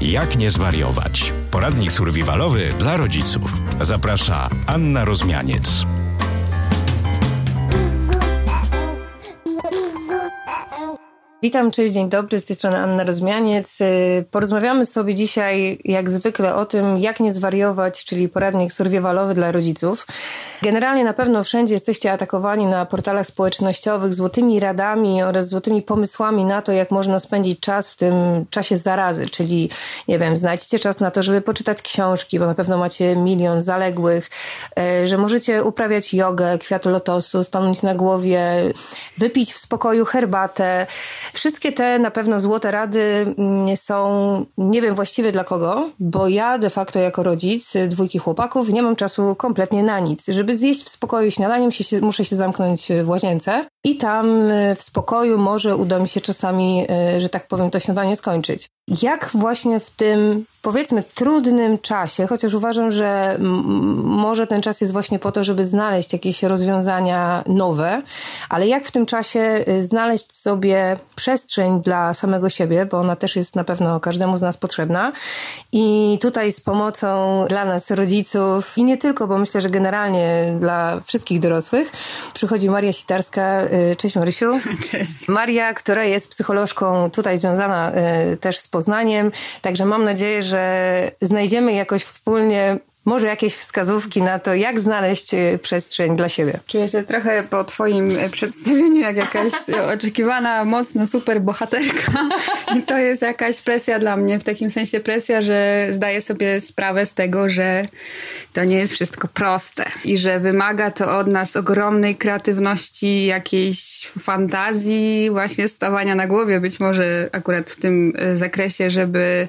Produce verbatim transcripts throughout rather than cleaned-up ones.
Jak nie zwariować? Poradnik survivalowy dla rodziców. Zaprasza Anna Rozmianiec. Witam, cześć, dzień dobry, z tej strony Anna Rozmianiec. Porozmawiamy sobie dzisiaj jak zwykle o tym, jak nie zwariować, czyli poradnik survivalowy dla rodziców. Generalnie na pewno wszędzie jesteście atakowani na portalach społecznościowych złotymi radami oraz złotymi pomysłami na to, jak można spędzić czas w tym czasie zarazy, czyli nie wiem, znajdźcie czas na to, żeby poczytać książki, bo na pewno macie milion zaległych, że możecie uprawiać jogę, kwiaty lotosu, stanąć na głowie, wypić w spokoju herbatę. Wszystkie te na pewno złote rady są, nie wiem właściwie dla kogo, bo ja de facto jako rodzic dwójki chłopaków nie mam czasu kompletnie na nic. Żeby zjeść w spokoju śniadanie, muszę się zamknąć w łazience i tam w spokoju może uda mi się czasami, że tak powiem, to śniadanie skończyć. Jak właśnie w tym, powiedzmy, trudnym czasie, chociaż uważam, że m- może ten czas jest właśnie po to, żeby znaleźć jakieś rozwiązania nowe, ale jak w tym czasie znaleźć sobie przestrzeń dla samego siebie, bo ona też jest na pewno każdemu z nas potrzebna. I tutaj z pomocą dla nas rodziców i nie tylko, bo myślę, że generalnie dla wszystkich dorosłych przychodzi Maria Sitarska. Cześć Marysiu. Cześć. Maria, która jest psycholożką tutaj związana też z Poznaniem, także mam nadzieję, że znajdziemy jakoś wspólnie może jakieś wskazówki na to, jak znaleźć przestrzeń dla siebie. Czuję się trochę po twoim przedstawieniu jak jakaś oczekiwana, mocno super bohaterka i to jest jakaś presja dla mnie, w takim sensie presja, że zdaję sobie sprawę z tego, że to nie jest wszystko proste i że wymaga to od nas ogromnej kreatywności, jakiejś fantazji, właśnie stawania na głowie, być może akurat w tym zakresie, żeby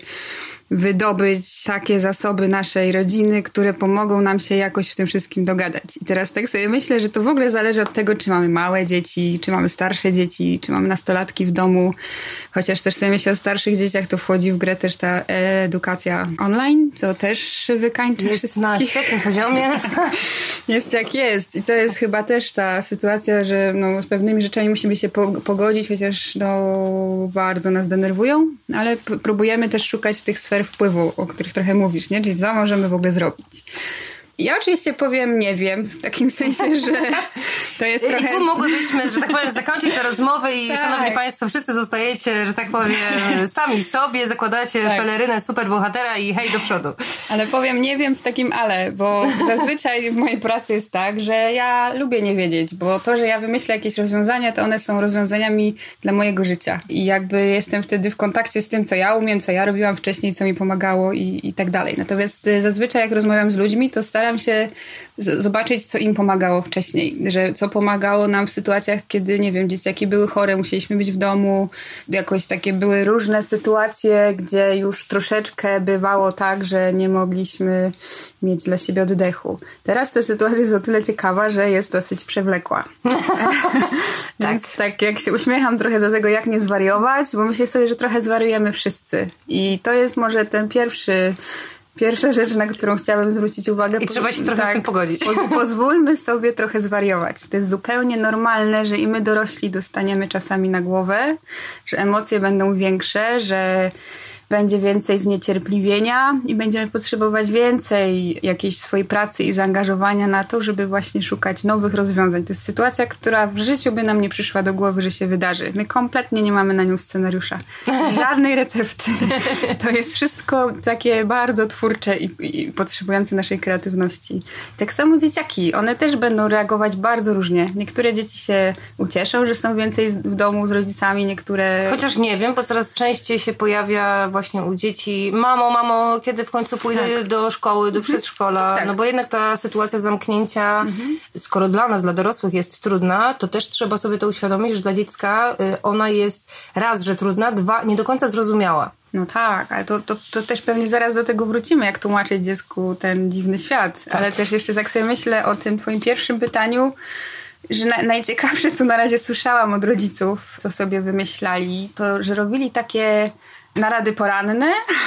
wydobyć takie zasoby naszej rodziny, które pomogą nam się jakoś w tym wszystkim dogadać. I teraz tak sobie myślę, że to w ogóle zależy od tego, czy mamy małe dzieci, czy mamy starsze dzieci, czy mamy nastolatki w domu. Chociaż też sobie myślę o starszych dzieciach, to wchodzi w grę też ta edukacja online, co też wykańcza jest wszystkich. na świetnym poziomie. Jest jak jest. I to jest chyba też ta sytuacja, że no, z pewnymi rzeczami musimy się pogodzić, chociaż no, bardzo nas denerwują, ale p- próbujemy też szukać tych sfer wpływu, o których trochę mówisz, nie? Czyli co możemy w ogóle zrobić. Ja oczywiście powiem nie wiem, w takim sensie, że to jest trochę... I tu mogłybyśmy, że tak powiem, zakończyć tę rozmowę i tak. Szanowni Państwo, wszyscy zostajecie, że tak powiem, sami sobie, zakładacie tak. pelerynę superbohatera i hej do przodu. Ale powiem nie wiem z takim ale, bo zazwyczaj w mojej pracy jest tak, że ja lubię nie wiedzieć, bo to, że ja wymyślę jakieś rozwiązania, to one są rozwiązaniami dla mojego życia. I jakby jestem wtedy w kontakcie z tym, co ja umiem, co ja robiłam wcześniej, co mi pomagało i, i tak dalej. Natomiast zazwyczaj jak rozmawiam z ludźmi, to staram się z- zobaczyć, co im pomagało wcześniej. Że co pomagało nam w sytuacjach, kiedy, nie wiem, dzieciaki były chore, musieliśmy być w domu. Jakoś takie były różne sytuacje, gdzie już troszeczkę bywało tak, że nie mogliśmy mieć dla siebie oddechu. Teraz ta sytuacja jest o tyle ciekawa, że jest dosyć przewlekła. Więc tak. tak jak się uśmiecham trochę do tego, jak nie zwariować, bo myślę sobie, że trochę zwariujemy wszyscy. I to jest może ten pierwszy Pierwsza rzecz, na którą chciałabym zwrócić uwagę. I trzeba się trochę tak, z tym pogodzić. Pozwólmy sobie trochę zwariować. To jest zupełnie normalne, że i my dorośli dostaniemy czasami na głowę, że emocje będą większe, że będzie więcej zniecierpliwienia i będziemy potrzebować więcej jakiejś swojej pracy i zaangażowania na to, żeby właśnie szukać nowych rozwiązań. To jest sytuacja, która w życiu by nam nie przyszła do głowy, że się wydarzy. My kompletnie nie mamy na nią scenariusza. Żadnej recepty. To jest wszystko takie bardzo twórcze i, i potrzebujące naszej kreatywności. Tak samo dzieciaki. One też będą reagować bardzo różnie. Niektóre dzieci się ucieszą, że są więcej w domu z rodzicami, niektóre... Chociaż nie wiem, bo coraz częściej się pojawia właśnie u dzieci mamo, mamo, kiedy w końcu pójdę tak. do szkoły, do przedszkola. Tak. No bo jednak ta sytuacja zamknięcia, mhm. skoro dla nas, dla dorosłych jest trudna, to też trzeba sobie to uświadomić, że dla dziecka ona jest raz, że trudna, dwa, nie do końca zrozumiała. No tak, ale to, to, to też pewnie zaraz do tego wrócimy, jak tłumaczyć dziecku ten dziwny świat. Tak. Ale też jeszcze tak sobie myślę o tym twoim pierwszym pytaniu, że na, najciekawsze, co na razie słyszałam od rodziców, co sobie wymyślali, to, że robili takie narady poranne,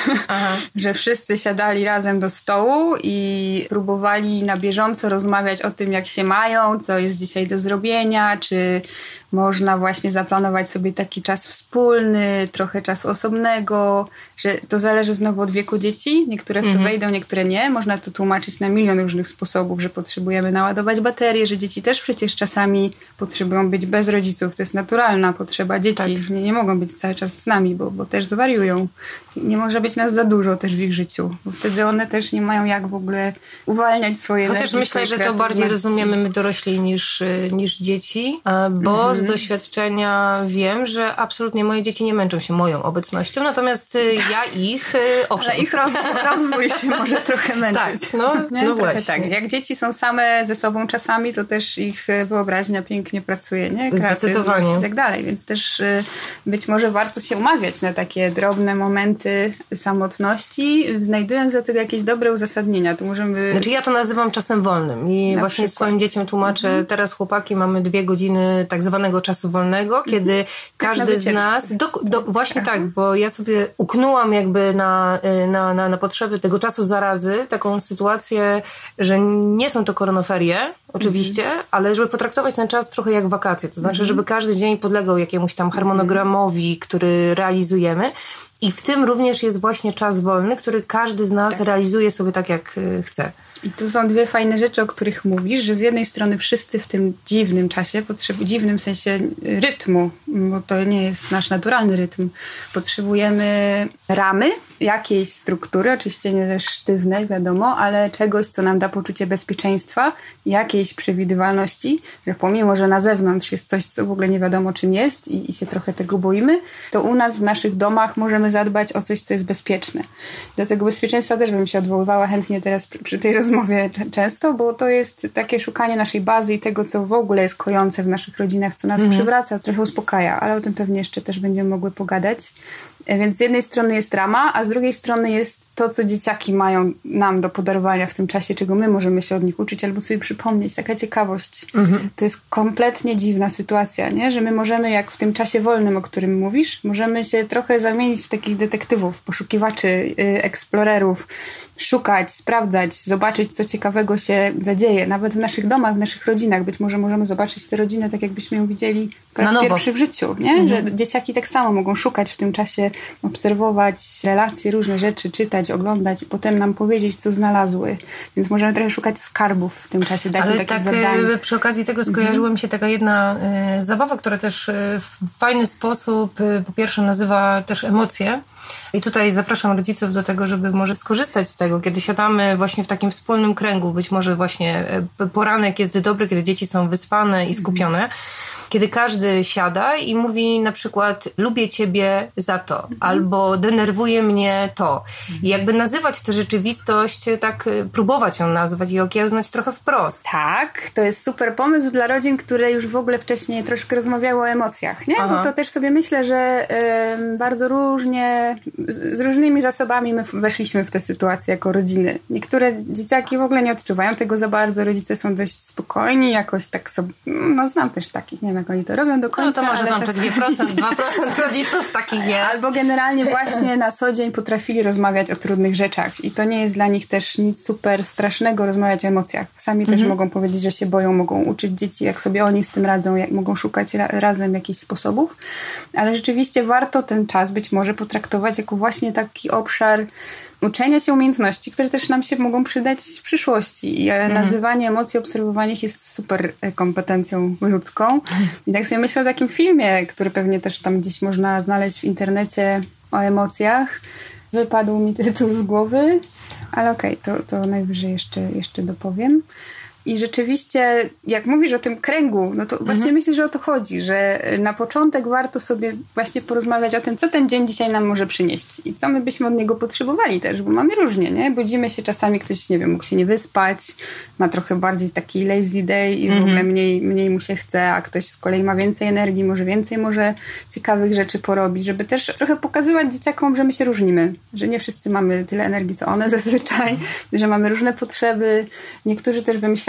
że wszyscy siadali razem do stołu i próbowali na bieżąco rozmawiać o tym, jak się mają, co jest dzisiaj do zrobienia, czy można właśnie zaplanować sobie taki czas wspólny, trochę czasu osobnego, że to zależy znowu od wieku dzieci. Niektóre w to wejdą, niektóre nie. Można to tłumaczyć na milion różnych sposobów, że potrzebujemy naładować baterie, że dzieci też przecież czasami potrzebują być bez rodziców. To jest naturalna potrzeba dzieci. Tak. Nie, nie mogą być cały czas z nami, bo, bo też zwariują. Nie może być nas za dużo też w ich życiu, bo wtedy one też nie mają jak w ogóle uwalniać swoje energii. Chociaż myślę, że to bardziej rozumiemy my dorośli niż, niż dzieci, bo mhm. z doświadczenia wiem, że absolutnie moje dzieci nie męczą się moją obecnością, natomiast ja ich, owszem. Ale ich rozwój, rozwój się może trochę męczyć. Tak, no, no właśnie. Tak. Jak dzieci są same ze sobą czasami, to też ich wyobraźnia pięknie pracuje, nie? Zdecydowanie. I tak dalej, więc też być może warto się umawiać na takie drobne momenty samotności, znajdując za tego jakieś dobre uzasadnienia. To możemy... Znaczy ja to nazywam czasem wolnym i na właśnie przykład. Swoim dzieciom tłumaczę, mhm. teraz chłopaki mamy dwie godziny tak zwanego czasu wolnego, kiedy mhm. każdy z nas... Do, do, właśnie Aha. tak, bo ja sobie uknęłam jakby na, na, na, na potrzeby tego czasu zarazy taką sytuację, że nie są to koronaferie, oczywiście, mhm. ale żeby potraktować ten czas trochę jak wakacje. To znaczy, mhm. żeby każdy dzień podlegał jakiemuś tam harmonogramowi, który realizujemy. I w tym również jest właśnie czas wolny, który każdy z nas tak. realizuje sobie tak, jak chce. I tu są dwie fajne rzeczy, o których mówisz, że z jednej strony wszyscy w tym dziwnym czasie, potrzebu- dziwnym sensie rytmu, bo to nie jest nasz naturalny rytm, potrzebujemy ramy, jakiejś struktury, oczywiście nie też sztywnej, wiadomo, ale czegoś, co nam da poczucie bezpieczeństwa, jakiejś przewidywalności, że pomimo, że na zewnątrz jest coś, co w ogóle nie wiadomo czym jest i, i się trochę tego boimy, to u nas w naszych domach możemy zadbać o coś, co jest bezpieczne. Do tego bezpieczeństwa też bym się odwoływała chętnie teraz przy, przy tej rozmowie często, bo to jest takie szukanie naszej bazy i tego, co w ogóle jest kojące w naszych rodzinach, co nas mhm. przywraca, trochę uspokaja, ale o tym pewnie jeszcze też będziemy mogły pogadać. Więc z jednej strony jest rama, a z drugiej strony jest to, co dzieciaki mają nam do podarowania w tym czasie, czego my możemy się od nich uczyć albo sobie przypomnieć. Taka ciekawość. Mhm. To jest kompletnie dziwna sytuacja, nie? Że my możemy, jak w tym czasie wolnym, o którym mówisz, możemy się trochę zamienić w takich detektywów, poszukiwaczy, yy, eksplorerów, szukać, sprawdzać, zobaczyć, co ciekawego się zadzieje. Nawet w naszych domach, w naszych rodzinach. Być może możemy zobaczyć tę rodzinę tak, jakbyśmy ją widzieli po raz pierwszy w życiu, nie? Mhm. Że dzieciaki tak samo mogą szukać w tym czasie, obserwować relacje, różne rzeczy, czytać, oglądać i potem nam powiedzieć, co znalazły. Więc możemy trochę szukać skarbów w tym czasie, dać takie tak, zadanie. Przy okazji tego skojarzyła mi się taka jedna y, zabawa, która też y, w fajny sposób y, po pierwsze nazywa też emocje. I tutaj zapraszam rodziców do tego, żeby może skorzystać z tego, kiedy siadamy właśnie w takim wspólnym kręgu, być może właśnie poranek jest dobry, kiedy dzieci są wyspane i skupione. Kiedy każdy siada i mówi na przykład lubię ciebie za to, mhm. albo denerwuje mnie to. I jakby nazywać tę rzeczywistość, tak próbować ją nazwać i okiełznać trochę wprost. Tak, to jest super pomysł dla rodzin, które już w ogóle wcześniej troszkę rozmawiały o emocjach, nie? Aha. Bo to też sobie myślę, że y, bardzo różnie, z, z różnymi zasobami my weszliśmy w tę sytuację jako rodziny. Niektóre dzieciaki w ogóle nie odczuwają tego za bardzo, rodzice są dość spokojni, jakoś tak sobie, no znam też takich, nie wiem jak oni to robią do końca. No to może ale tam czasem... te dwa procent, dwa procent rodziców takich jest. Albo generalnie właśnie na co dzień potrafili rozmawiać o trudnych rzeczach i to nie jest dla nich też nic super strasznego rozmawiać o emocjach. Sami mhm. też mogą powiedzieć, że się boją, mogą uczyć dzieci, jak sobie oni z tym radzą, jak mogą szukać ra- razem jakichś sposobów, ale rzeczywiście warto ten czas być może potraktować jako właśnie taki obszar uczenia się umiejętności, które też nam się mogą przydać w przyszłości. I mhm. nazywanie emocji, obserwowanie ich jest super kompetencją ludzką. I tak sobie myślę o takim filmie, który pewnie też tam gdzieś można znaleźć w internecie o emocjach. Wypadł mi tytuł z głowy, ale okej, okay, to, to najwyżej jeszcze, jeszcze dopowiem. I rzeczywiście, jak mówisz o tym kręgu, no to właśnie mhm. myślę, że o to chodzi, że na początek warto sobie właśnie porozmawiać o tym, co ten dzień dzisiaj nam może przynieść i co my byśmy od niego potrzebowali też, bo mamy różnie, nie? Budzimy się czasami, ktoś, nie wiem, mógł się nie wyspać, ma trochę bardziej taki lazy day i mhm. w ogóle mniej, mniej mu się chce, a ktoś z kolei ma więcej energii, może więcej może ciekawych rzeczy porobić, żeby też trochę pokazywać dzieciakom, że my się różnimy, że nie wszyscy mamy tyle energii, co one zazwyczaj, że mamy różne potrzeby. Niektórzy też wymyślają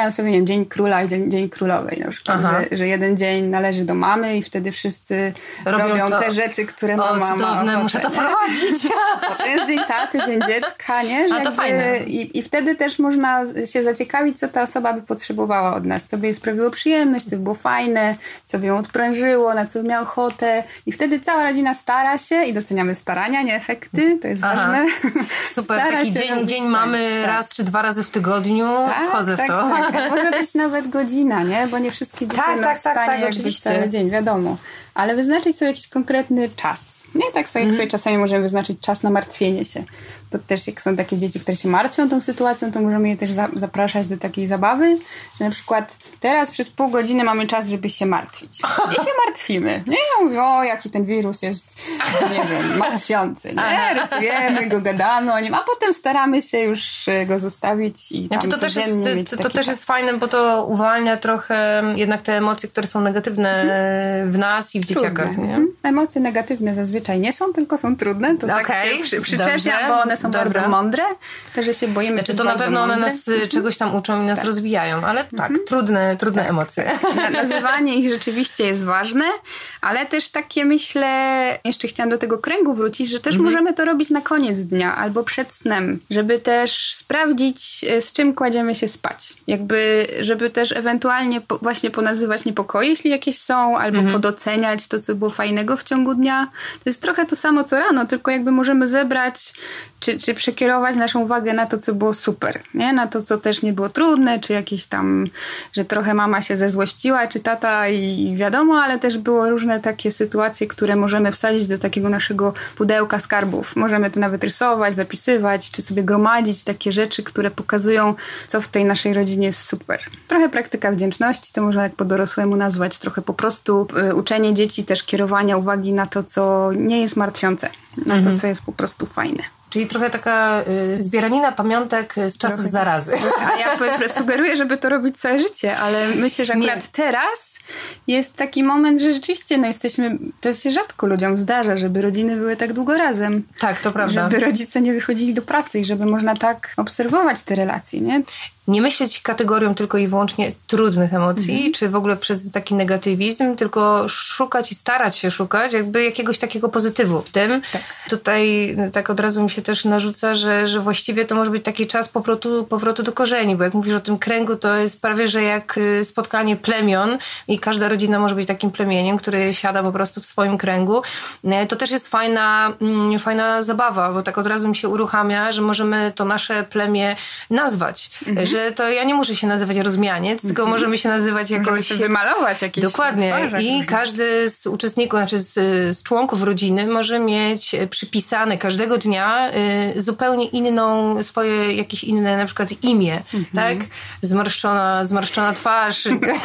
wymyślają sobie, nie wiem, dzień króla i dzień, dzień królowej na przykład, że, że jeden dzień należy do mamy i wtedy wszyscy robią, robią te rzeczy, które mama o, cudowne, ma. Muszę to prowadzić. To jest dzień taty, dzień dziecka, nie? Że A to jakby, fajne. I, I wtedy też można się zaciekawić, co ta osoba by potrzebowała od nas, co by jej sprawiło przyjemność, co by było fajne, co by ją odprężyło, na co by miała ochotę. I wtedy cała rodzina stara się i doceniamy starania, nie efekty, to jest Aha. ważne. Super, Stara taki dzień, dzień mamy tak. raz czy dwa razy w tygodniu, tak, wchodzę tak, w to. Tak. Może być nawet godzina, nie? Bo nie wszystkie dzieci tak, są tak, w stanie tak, tak, jakby oczywiście. cały dzień, wiadomo. Ale wyznaczyć sobie jakiś konkretny czas. Nie tak sobie, jak mm. sobie czasami możemy wyznaczyć czas na martwienie się. To też jak są takie dzieci, które się martwią tą sytuacją, to możemy je też za- zapraszać do takiej zabawy. Na przykład teraz przez pół godziny mamy czas, żeby się martwić. I się martwimy. Nie? Ja mówię, o jaki ten wirus jest, nie wiem, martwiący. Nie? Rysujemy go, gadamy o nim, a potem staramy się już go zostawić i tam znaczy, to też jest, mieć to, to też jest fajne, bo to uwalnia trochę jednak te emocje, które są negatywne hmm. w nas i w dzieciakach. Nie? Hmm. Emocje negatywne zazwyczaj nie są, tylko są trudne. To okay. tak się przy, przyczepia, bo one są Dobra. bardzo mądre, to, że się boimy. Znaczy, to na pewno one mądre. nas czegoś tam uczą i nas tak. rozwijają, ale tak, mhm. trudne, trudne tak. emocje. Na, nazywanie ich rzeczywiście jest ważne, ale też takie myślę, jeszcze chciałam do tego kręgu wrócić, że też mhm. możemy to robić na koniec dnia albo przed snem, żeby też sprawdzić, z czym kładziemy się spać. Jakby, żeby też ewentualnie po, właśnie ponazywać niepokoje, jeśli jakieś są, albo mhm. podoceniać to, co było fajnego w ciągu dnia. To jest trochę to samo, co rano, tylko jakby możemy zebrać Czy, czy przekierować naszą uwagę na to, co było super, nie? Na to, co też nie było trudne, czy jakieś tam, że trochę mama się zezłościła, czy tata i wiadomo, ale też było różne takie sytuacje, które możemy wsadzić do takiego naszego pudełka skarbów. Możemy to nawet rysować, zapisywać, czy sobie gromadzić takie rzeczy, które pokazują, co w tej naszej rodzinie jest super. Trochę praktyka wdzięczności, to można tak po dorosłemu nazwać, trochę po prostu y, uczenie dzieci też kierowania uwagi na to, co nie jest martwiące, na mhm. to, co jest po prostu fajne. Czyli trochę taka y, zbieranina pamiątek z czasów trochę zarazy. A ja sugeruję, żeby to robić całe życie, ale myślę, że akurat Nie. teraz jest taki moment, że rzeczywiście no jesteśmy, to się rzadko ludziom zdarza, żeby rodziny były tak długo razem. Tak, to prawda. Żeby rodzice nie wychodzili do pracy i żeby można tak obserwować te relacje, nie? Nie myśleć kategorią tylko i wyłącznie trudnych emocji, mhm. czy w ogóle przez taki negatywizm, tylko szukać i starać się szukać jakby jakiegoś takiego pozytywu w tym. Tak. Tutaj tak od razu mi się też narzuca, że, że właściwie to może być taki czas powrotu, powrotu do korzeni, bo jak mówisz o tym kręgu, to jest prawie, że jak spotkanie plemion i każda rodzina może być takim plemieniem, który siada po prostu w swoim kręgu. To też jest fajna, fajna zabawa, bo tak od razu mi się uruchamia, że możemy to nasze plemię nazwać, mhm. że to ja nie muszę się nazywać rozmianiec, tylko mm-hmm. możemy się nazywać jakoś... wymalować jakieś... Dokładnie. I każdy z uczestników, znaczy z, z członków rodziny może mieć przypisane każdego dnia y, zupełnie inną, swoje jakieś inne na przykład imię, mm-hmm. tak? Zmarszczona, zmarszczona twarz.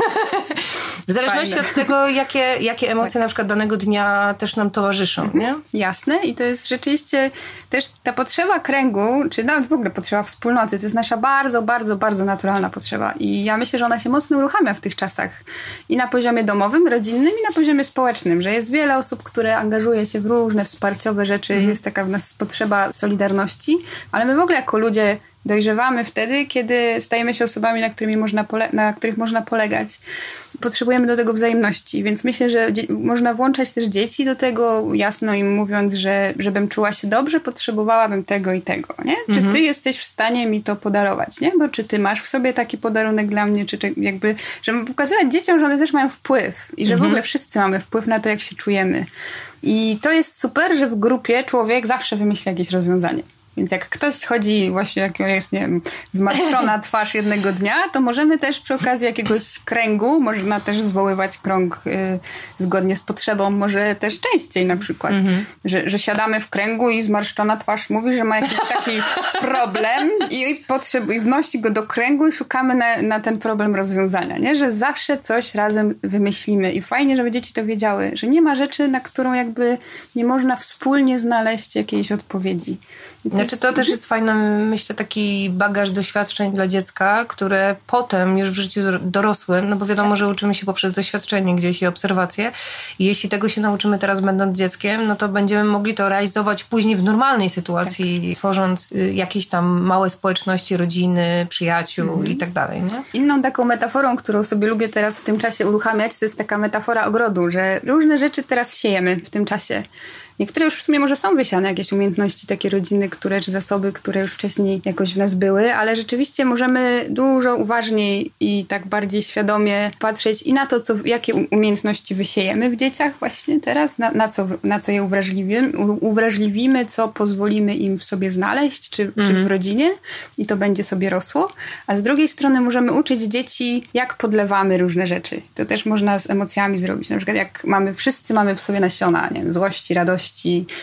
W zależności Fajne. od tego, jakie, jakie emocje tak. na przykład danego dnia też nam towarzyszą, mm-hmm. nie? Jasne. I to jest rzeczywiście też ta potrzeba kręgu, czy nawet w ogóle potrzeba wspólnoty, to jest nasza bardzo, bardzo, bardzo naturalna potrzeba. I ja myślę, że ona się mocno uruchamia w tych czasach. I na poziomie domowym, rodzinnym i na poziomie społecznym, że jest wiele osób, które angażuje się w różne wsparciowe rzeczy. Mm. Jest taka w nas potrzeba solidarności, ale my w ogóle jako ludzie dojrzewamy wtedy, kiedy stajemy się osobami, na, którymi można pole- na których można polegać. Potrzebujemy do tego wzajemności, więc myślę, że dzie- można włączać też dzieci do tego, jasno im mówiąc, że żebym czuła się dobrze, potrzebowałabym tego i tego, nie? Czy mhm. ty jesteś w stanie mi to podarować, nie? Bo czy ty masz w sobie taki podarunek dla mnie, czy, czy jakby, żeby pokazywać dzieciom, że one też mają wpływ i że mhm. w ogóle wszyscy mamy wpływ na to, jak się czujemy. I to jest super, że w grupie człowiek zawsze wymyśla jakieś rozwiązanie. Więc jak ktoś chodzi właśnie, jak jest, nie wiem, zmarszczona twarz jednego dnia, to możemy też przy okazji jakiegoś kręgu, można też zwoływać krąg y, zgodnie z potrzebą, może też częściej na przykład, mm-hmm. że, że siadamy w kręgu i zmarszczona twarz mówi, że ma jakiś taki problem i, potrzeb- i wnosi go do kręgu i szukamy na, na ten problem rozwiązania, nie? Że zawsze coś razem wymyślimy i fajnie, żeby dzieci to wiedziały, że nie ma rzeczy, na którą jakby nie można wspólnie znaleźć jakiejś odpowiedzi. I to Znaczy to też jest fajny, myślę, taki bagaż doświadczeń dla dziecka, które potem już w życiu dorosłym, no bo wiadomo, że uczymy się poprzez doświadczenie gdzieś i obserwacje i jeśli tego się nauczymy teraz będąc dzieckiem, no to będziemy mogli to realizować później w normalnej sytuacji, tak. tworząc jakieś tam małe społeczności, rodziny, przyjaciół mhm. i tak dalej. Nie? Inną taką metaforą, którą sobie lubię teraz w tym czasie uruchamiać, to jest taka metafora ogrodu, że różne rzeczy teraz siejemy w tym czasie. Niektóre już w sumie może są wysiane, jakieś umiejętności takie rodziny, które, czy zasoby, które już wcześniej jakoś w nas były, ale rzeczywiście możemy dużo uważniej i tak bardziej świadomie patrzeć i na to, co, jakie umiejętności wysiejemy w dzieciach właśnie teraz, na, na, co, na co je uwrażliwimy, uwrażliwimy, co pozwolimy im w sobie znaleźć, czy, mm. czy w rodzinie i to będzie sobie rosło. A z drugiej strony możemy uczyć dzieci, jak podlewamy różne rzeczy. To też można z emocjami zrobić. Na przykład jak mamy, wszyscy mamy w sobie nasiona, nie wiem, złości, radości,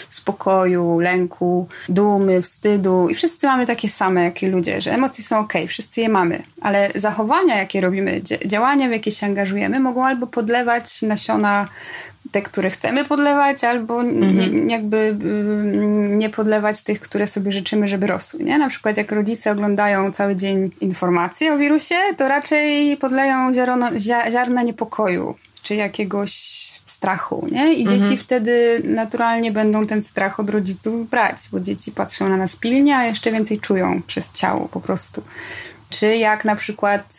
spokoju, lęku, dumy, wstydu i wszyscy mamy takie same, jak i ludzie, że emocje są okej, okay, wszyscy je mamy, ale zachowania, jakie robimy, działania, w jakie się angażujemy, mogą albo podlewać nasiona te, które chcemy podlewać, albo mhm. nie, jakby nie podlewać tych, które sobie życzymy, żeby rosły. Nie? Na przykład jak rodzice oglądają cały dzień informacje o wirusie, to raczej podleją ziarono, ziarna niepokoju, czy jakiegoś strachu, nie? I dzieci mhm. wtedy naturalnie będą ten strach od rodziców brać, bo dzieci patrzą na nas pilnie, a jeszcze więcej czują przez ciało po prostu. Czy jak na przykład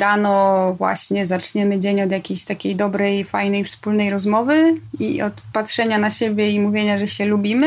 rano właśnie zaczniemy dzień od jakiejś takiej dobrej, fajnej, wspólnej rozmowy i od patrzenia na siebie i mówienia, że się lubimy,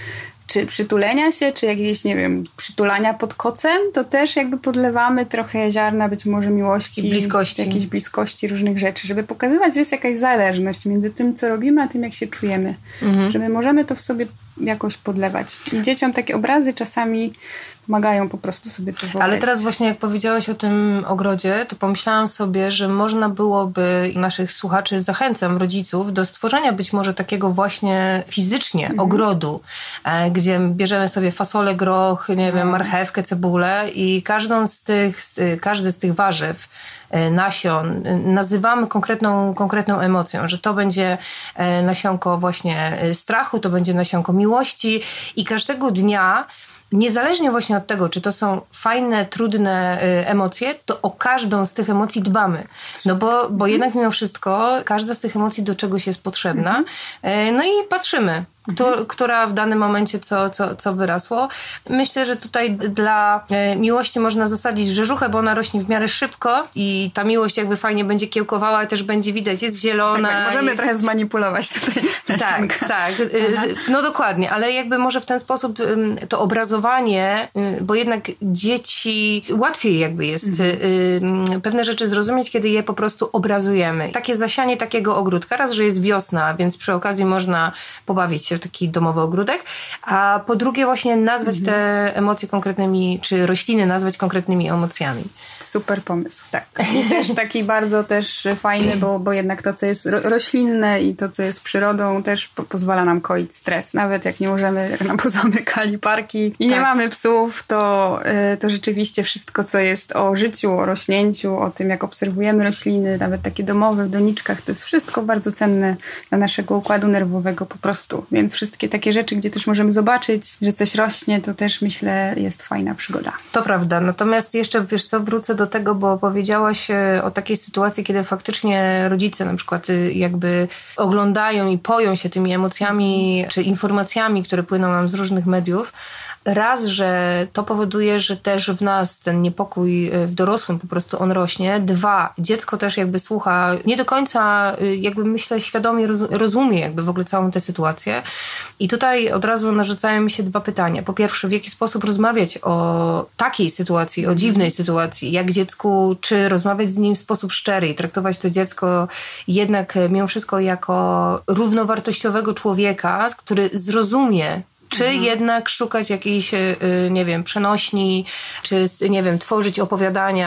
czy przytulenia się, czy jakieś, nie wiem, przytulania pod kocem, to też jakby podlewamy trochę ziarna być może miłości, I bliskości. Jakiejś bliskości różnych rzeczy, żeby pokazywać, że jest jakaś zależność między tym, co robimy, a tym, jak się czujemy. Mhm. Że my możemy to w sobie jakoś podlewać. I dzieciom takie obrazy czasami pomagają po prostu sobie to wyobrazić. Ale teraz właśnie jak powiedziałaś o tym ogrodzie, to pomyślałam sobie, że można byłoby naszych słuchaczy, zachęcam rodziców do stworzenia być może takiego właśnie fizycznie mhm. ogrodu, gdzie bierzemy sobie fasolę, groch, nie wiem, marchewkę, cebulę i każdą z tych, każdy z tych warzyw, nasion, nazywamy konkretną, konkretną emocją, że to będzie nasionko właśnie strachu, to będzie nasionko miłości i każdego dnia, niezależnie właśnie od tego, czy to są fajne, trudne emocje, to o każdą z tych emocji dbamy. No bo, bo mhm. jednak mimo wszystko każda z tych emocji do czegoś jest potrzebna. Mhm. No i patrzymy, Kto, która w danym momencie co, co, co wyrasło. Myślę, że tutaj dla miłości można zasadzić rzeżuchę, bo ona rośnie w miarę szybko i ta miłość jakby fajnie będzie kiełkowała, też będzie widać, jest zielona. Tak, możemy jest... trochę zmanipulować tutaj. Tak, tak. Aha. No dokładnie, ale jakby może w ten sposób to obrazowanie, bo jednak dzieci łatwiej jakby jest mhm. pewne rzeczy zrozumieć, kiedy je po prostu obrazujemy. Takie zasianie takiego ogródka, raz, że jest wiosna, więc przy okazji można pobawić się w taki domowy ogródek, a po drugie właśnie nazwać mhm. te emocje konkretnymi, czy rośliny nazwać konkretnymi emocjami. Super pomysł, tak. I też taki bardzo też fajny, bo, bo jednak to, co jest ro- roślinne i to, co jest przyrodą, też po- pozwala nam koić stres. Nawet jak nie możemy, jak nam pozamykali parki i tak. nie mamy psów, to, y, to rzeczywiście wszystko, co jest o życiu, o rośnięciu, o tym, jak obserwujemy rośliny, nawet takie domowe w doniczkach, to jest wszystko bardzo cenne dla naszego układu nerwowego po prostu. Więc wszystkie takie rzeczy, gdzie też możemy zobaczyć, że coś rośnie, to też myślę jest fajna przygoda. To prawda. Natomiast jeszcze, wiesz co, wrócę do tego, bo powiedziałaś o takiej sytuacji, kiedy faktycznie rodzice na przykład jakby oglądają i poją się tymi emocjami czy informacjami, które płyną nam z różnych mediów. Raz, że to powoduje, że też w nas ten niepokój w dorosłym po prostu on rośnie. Dwa, dziecko też jakby słucha, nie do końca jakby myślę świadomie rozumie jakby w ogóle całą tę sytuację. I tutaj od razu narzucają mi się dwa pytania. Po pierwsze, w jaki sposób rozmawiać o takiej sytuacji, o dziwnej sytuacji, jak dziecku, czy rozmawiać z nim w sposób szczery i traktować to dziecko jednak mimo wszystko jako równowartościowego człowieka, który zrozumie, czy mhm. jednak szukać jakiejś, nie wiem, przenośni, czy, nie wiem, tworzyć opowiadania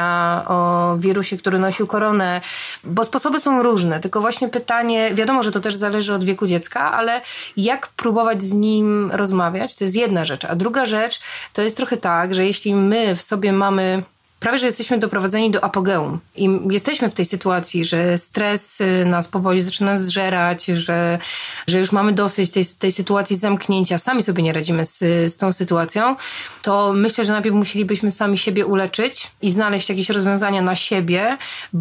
o wirusie, który nosił koronę, bo sposoby są różne, tylko właśnie pytanie, wiadomo, że to też zależy od wieku dziecka, ale jak próbować z nim rozmawiać, to jest jedna rzecz, a druga rzecz to jest trochę tak, że jeśli my w sobie mamy prawie, że jesteśmy doprowadzeni do apogeum i jesteśmy w tej sytuacji, że stres nas powoli zaczyna zżerać, że, że już mamy dosyć tej, tej sytuacji zamknięcia, sami sobie nie radzimy z, z tą sytuacją, to myślę, że najpierw musielibyśmy sami siebie uleczyć i znaleźć jakieś rozwiązania na siebie,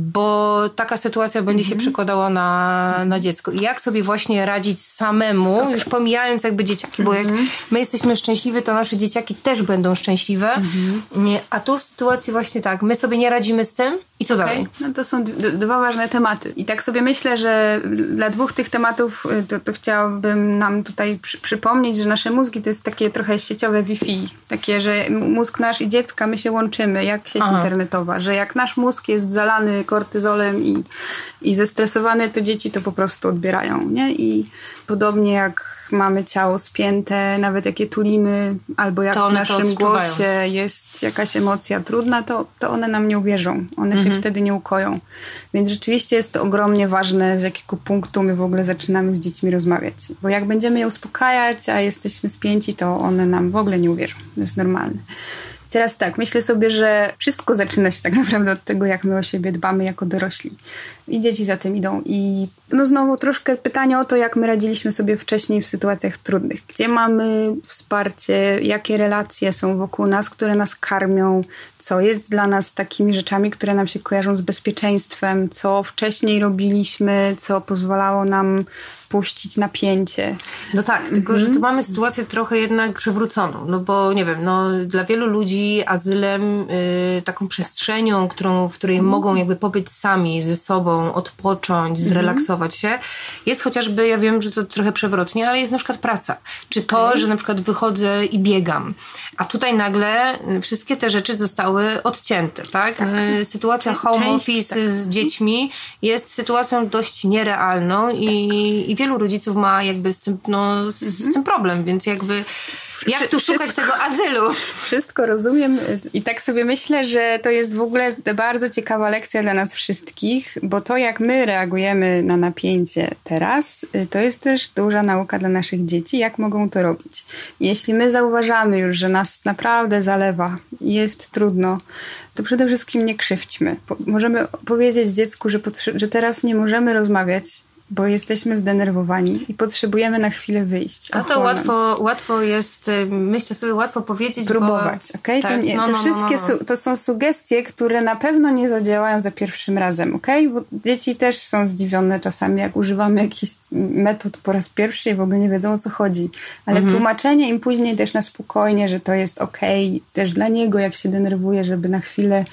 bo taka sytuacja będzie mm-hmm. się przekładała na, na dziecko. I jak sobie właśnie radzić samemu, okay. już pomijając jakby dzieciaki, bo jak mm-hmm. my jesteśmy szczęśliwi, to nasze dzieciaki też będą szczęśliwe, mm-hmm. a tu w sytuacji właśnie tak, my sobie nie radzimy z tym i co okay. dalej? No to są d- dwa ważne tematy. I tak sobie myślę, że dla dwóch tych tematów to, to chciałabym nam tutaj przy- przypomnieć, że nasze mózgi to jest takie trochę sieciowe Wi-Fi. Takie, że mózg nasz i dziecka, my się łączymy jak sieć Aha. internetowa. Że jak nasz mózg jest zalany kortyzolem i, i zestresowany, to dzieci to po prostu odbierają. Nie? I podobnie jak mamy ciało spięte, nawet jak je tulimy, albo jak w naszym głosie jest jakaś emocja trudna, to, to one nam nie uwierzą. One mhm. się wtedy nie ukoją. Więc rzeczywiście jest to ogromnie ważne, z jakiego punktu my w ogóle zaczynamy z dziećmi rozmawiać. Bo jak będziemy je uspokajać, a jesteśmy spięci, to one nam w ogóle nie uwierzą. To jest normalne. Teraz tak, myślę sobie, że wszystko zaczyna się tak naprawdę od tego, jak my o siebie dbamy jako dorośli. I dzieci za tym idą. I no znowu troszkę pytanie o to, jak my radziliśmy sobie wcześniej w sytuacjach trudnych. Gdzie mamy wsparcie, jakie relacje są wokół nas, które nas karmią, co jest dla nas takimi rzeczami, które nam się kojarzą z bezpieczeństwem, co wcześniej robiliśmy, co pozwalało nam puścić napięcie. No tak, mm-hmm. tylko że tu mamy sytuację trochę jednak przewróconą, no bo nie wiem, no dla wielu ludzi azylem, yy, taką przestrzenią, którą, w której mm. mogą jakby pobyć sami ze sobą, odpocząć, zrelaksować się, jest chociażby, ja wiem, że to trochę przewrotnie, ale jest na przykład praca. Czy to, okay. że na przykład wychodzę i biegam, a tutaj nagle wszystkie te rzeczy zostały odcięte, tak? tak. Sytuacja home Część, office tak. z dziećmi jest sytuacją dość nierealną i, i wielu rodziców ma jakby z tym, no, z, mhm. z tym problem, więc jakby jak tu szukać wszystko, tego azylu? Wszystko rozumiem i tak sobie myślę, że to jest w ogóle bardzo ciekawa lekcja dla nas wszystkich, bo to jak my reagujemy na napięcie teraz, to jest też duża nauka dla naszych dzieci, jak mogą to robić. Jeśli my zauważamy już, że nas naprawdę zalewa i jest trudno, to przede wszystkim nie krzywdźmy. Możemy powiedzieć dziecku, że, potrze- że teraz nie możemy rozmawiać, bo jesteśmy zdenerwowani i potrzebujemy na chwilę wyjść. A to łatwo, łatwo jest, myślę sobie, łatwo powiedzieć. Próbować, bo... okej? Okay? Tak, no, te no, wszystkie no, no. Su- to są sugestie, które na pewno nie zadziałają za pierwszym razem, okej? Okay? Bo dzieci też są zdziwione czasami, jak używamy jakichś metod po raz pierwszy i w ogóle nie wiedzą, o co chodzi. Ale mhm. tłumaczenie im później też na spokojnie, że to jest okej, okay, też dla niego, jak się denerwuje, żeby na chwilę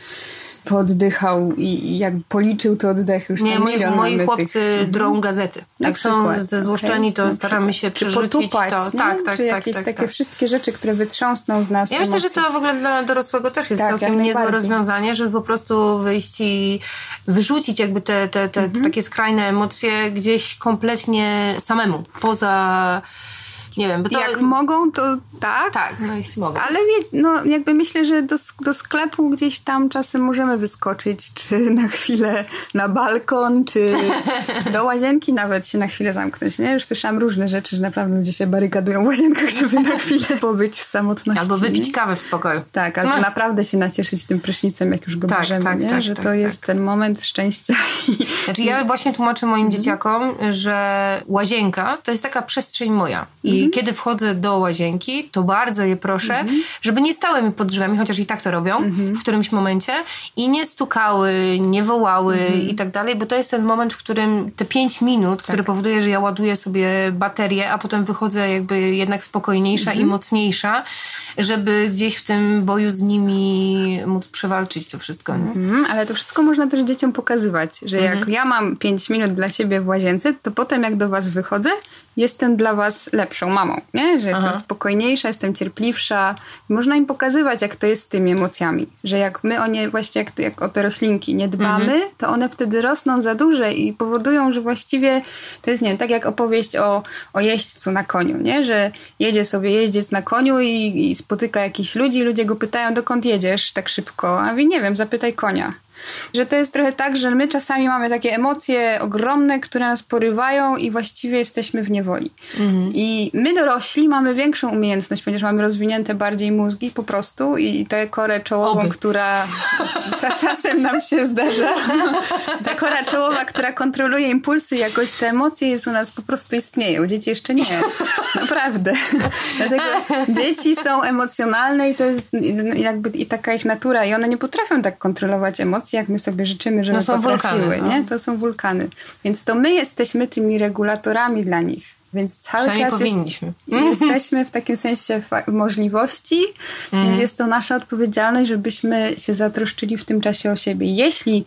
pooddychał i, i jak policzył te oddechy, już nie, tam milion moi mamy chłopcy tych... drą gazety. Jak są zezłoszczeni, okay. to staramy się przerzucić potupać, to. Nie? Tak, tak, Czy tak, jakieś tak, takie tak. wszystkie rzeczy, które wytrząsną z nas Ja emocje. myślę, że to w ogóle dla dorosłego też jest tak, całkiem niezłe rozwiązanie, żeby po prostu wyjść i wyrzucić jakby te, te, te, mhm. te takie skrajne emocje gdzieś kompletnie samemu, poza... Nie wiem, bo to... Jak mogą, to tak. Tak, no jeśli mogą. Ale wie, no jakby myślę, że do, do sklepu gdzieś tam czasem możemy wyskoczyć, czy na chwilę na balkon, czy do łazienki nawet się na chwilę zamknąć, nie? Już słyszałam różne rzeczy, że naprawdę ludzie się barykadują w łazienkach, żeby na chwilę pobyć w samotności. Albo wypić nie? kawę w spokoju. Tak, albo no. naprawdę się nacieszyć tym prysznicem, jak już go tak, bierzemy, tak, nie? tak, że tak, to tak, jest tak. ten moment szczęścia. Znaczy ja właśnie tłumaczę moim mhm. dzieciakom, że łazienka to jest taka przestrzeń moja. I kiedy wchodzę do łazienki, to bardzo je proszę, mm-hmm. żeby nie stały mi pod drzwiami, chociaż i tak to robią mm-hmm. w którymś momencie i nie stukały, nie wołały mm-hmm. i tak dalej, bo to jest ten moment, w którym te pięć minut, tak. które powoduje, że ja ładuję sobie baterię, a potem wychodzę jakby jednak spokojniejsza mm-hmm. i mocniejsza, żeby gdzieś w tym boju z nimi móc przewalczyć to wszystko. Nie? Mm-hmm. Ale to wszystko można też dzieciom pokazywać, że mm-hmm. jak ja mam pięć minut dla siebie w łazience, to potem jak do was wychodzę, jestem dla was lepszą mamą, nie? Że jestem Aha. spokojniejsza, jestem cierpliwsza. Można im pokazywać, jak to jest z tymi emocjami. Że jak my o nie, właśnie jak, jak o te roślinki nie dbamy, mhm. to one wtedy rosną za duże i powodują, że właściwie to jest, nie wiem, tak jak opowieść o, o jeźdźcu na koniu, nie? Że jedzie sobie jeździec na koniu i, i spotyka jakichś ludzi, ludzie go pytają, dokąd jedziesz tak szybko? A mówi, nie wiem, zapytaj konia. że to jest trochę tak, że my czasami mamy takie emocje ogromne, które nas porywają i właściwie jesteśmy w niewoli. Mhm. I my dorośli mamy większą umiejętność, ponieważ mamy rozwinięte bardziej mózgi po prostu i tę korę czołową, Oby. która czasem nam się zdarza. Ta kora czołowa, która kontroluje impulsy, jakoś te emocje jest u nas po prostu istnieją. Dzieci jeszcze nie. Naprawdę. Dlatego dzieci są emocjonalne i to jest jakby i taka ich natura i one nie potrafią tak kontrolować emocji, jak my sobie życzymy, żeby no są potrafiły. Wulkany, no. Nie? To są wulkany. Więc to my jesteśmy tymi regulatorami dla nich. Więc cały czas powinniśmy. Jest, jesteśmy w takim sensie fa- możliwości, mm. więc jest to nasza odpowiedzialność, żebyśmy się zatroszczyli w tym czasie o siebie. Jeśli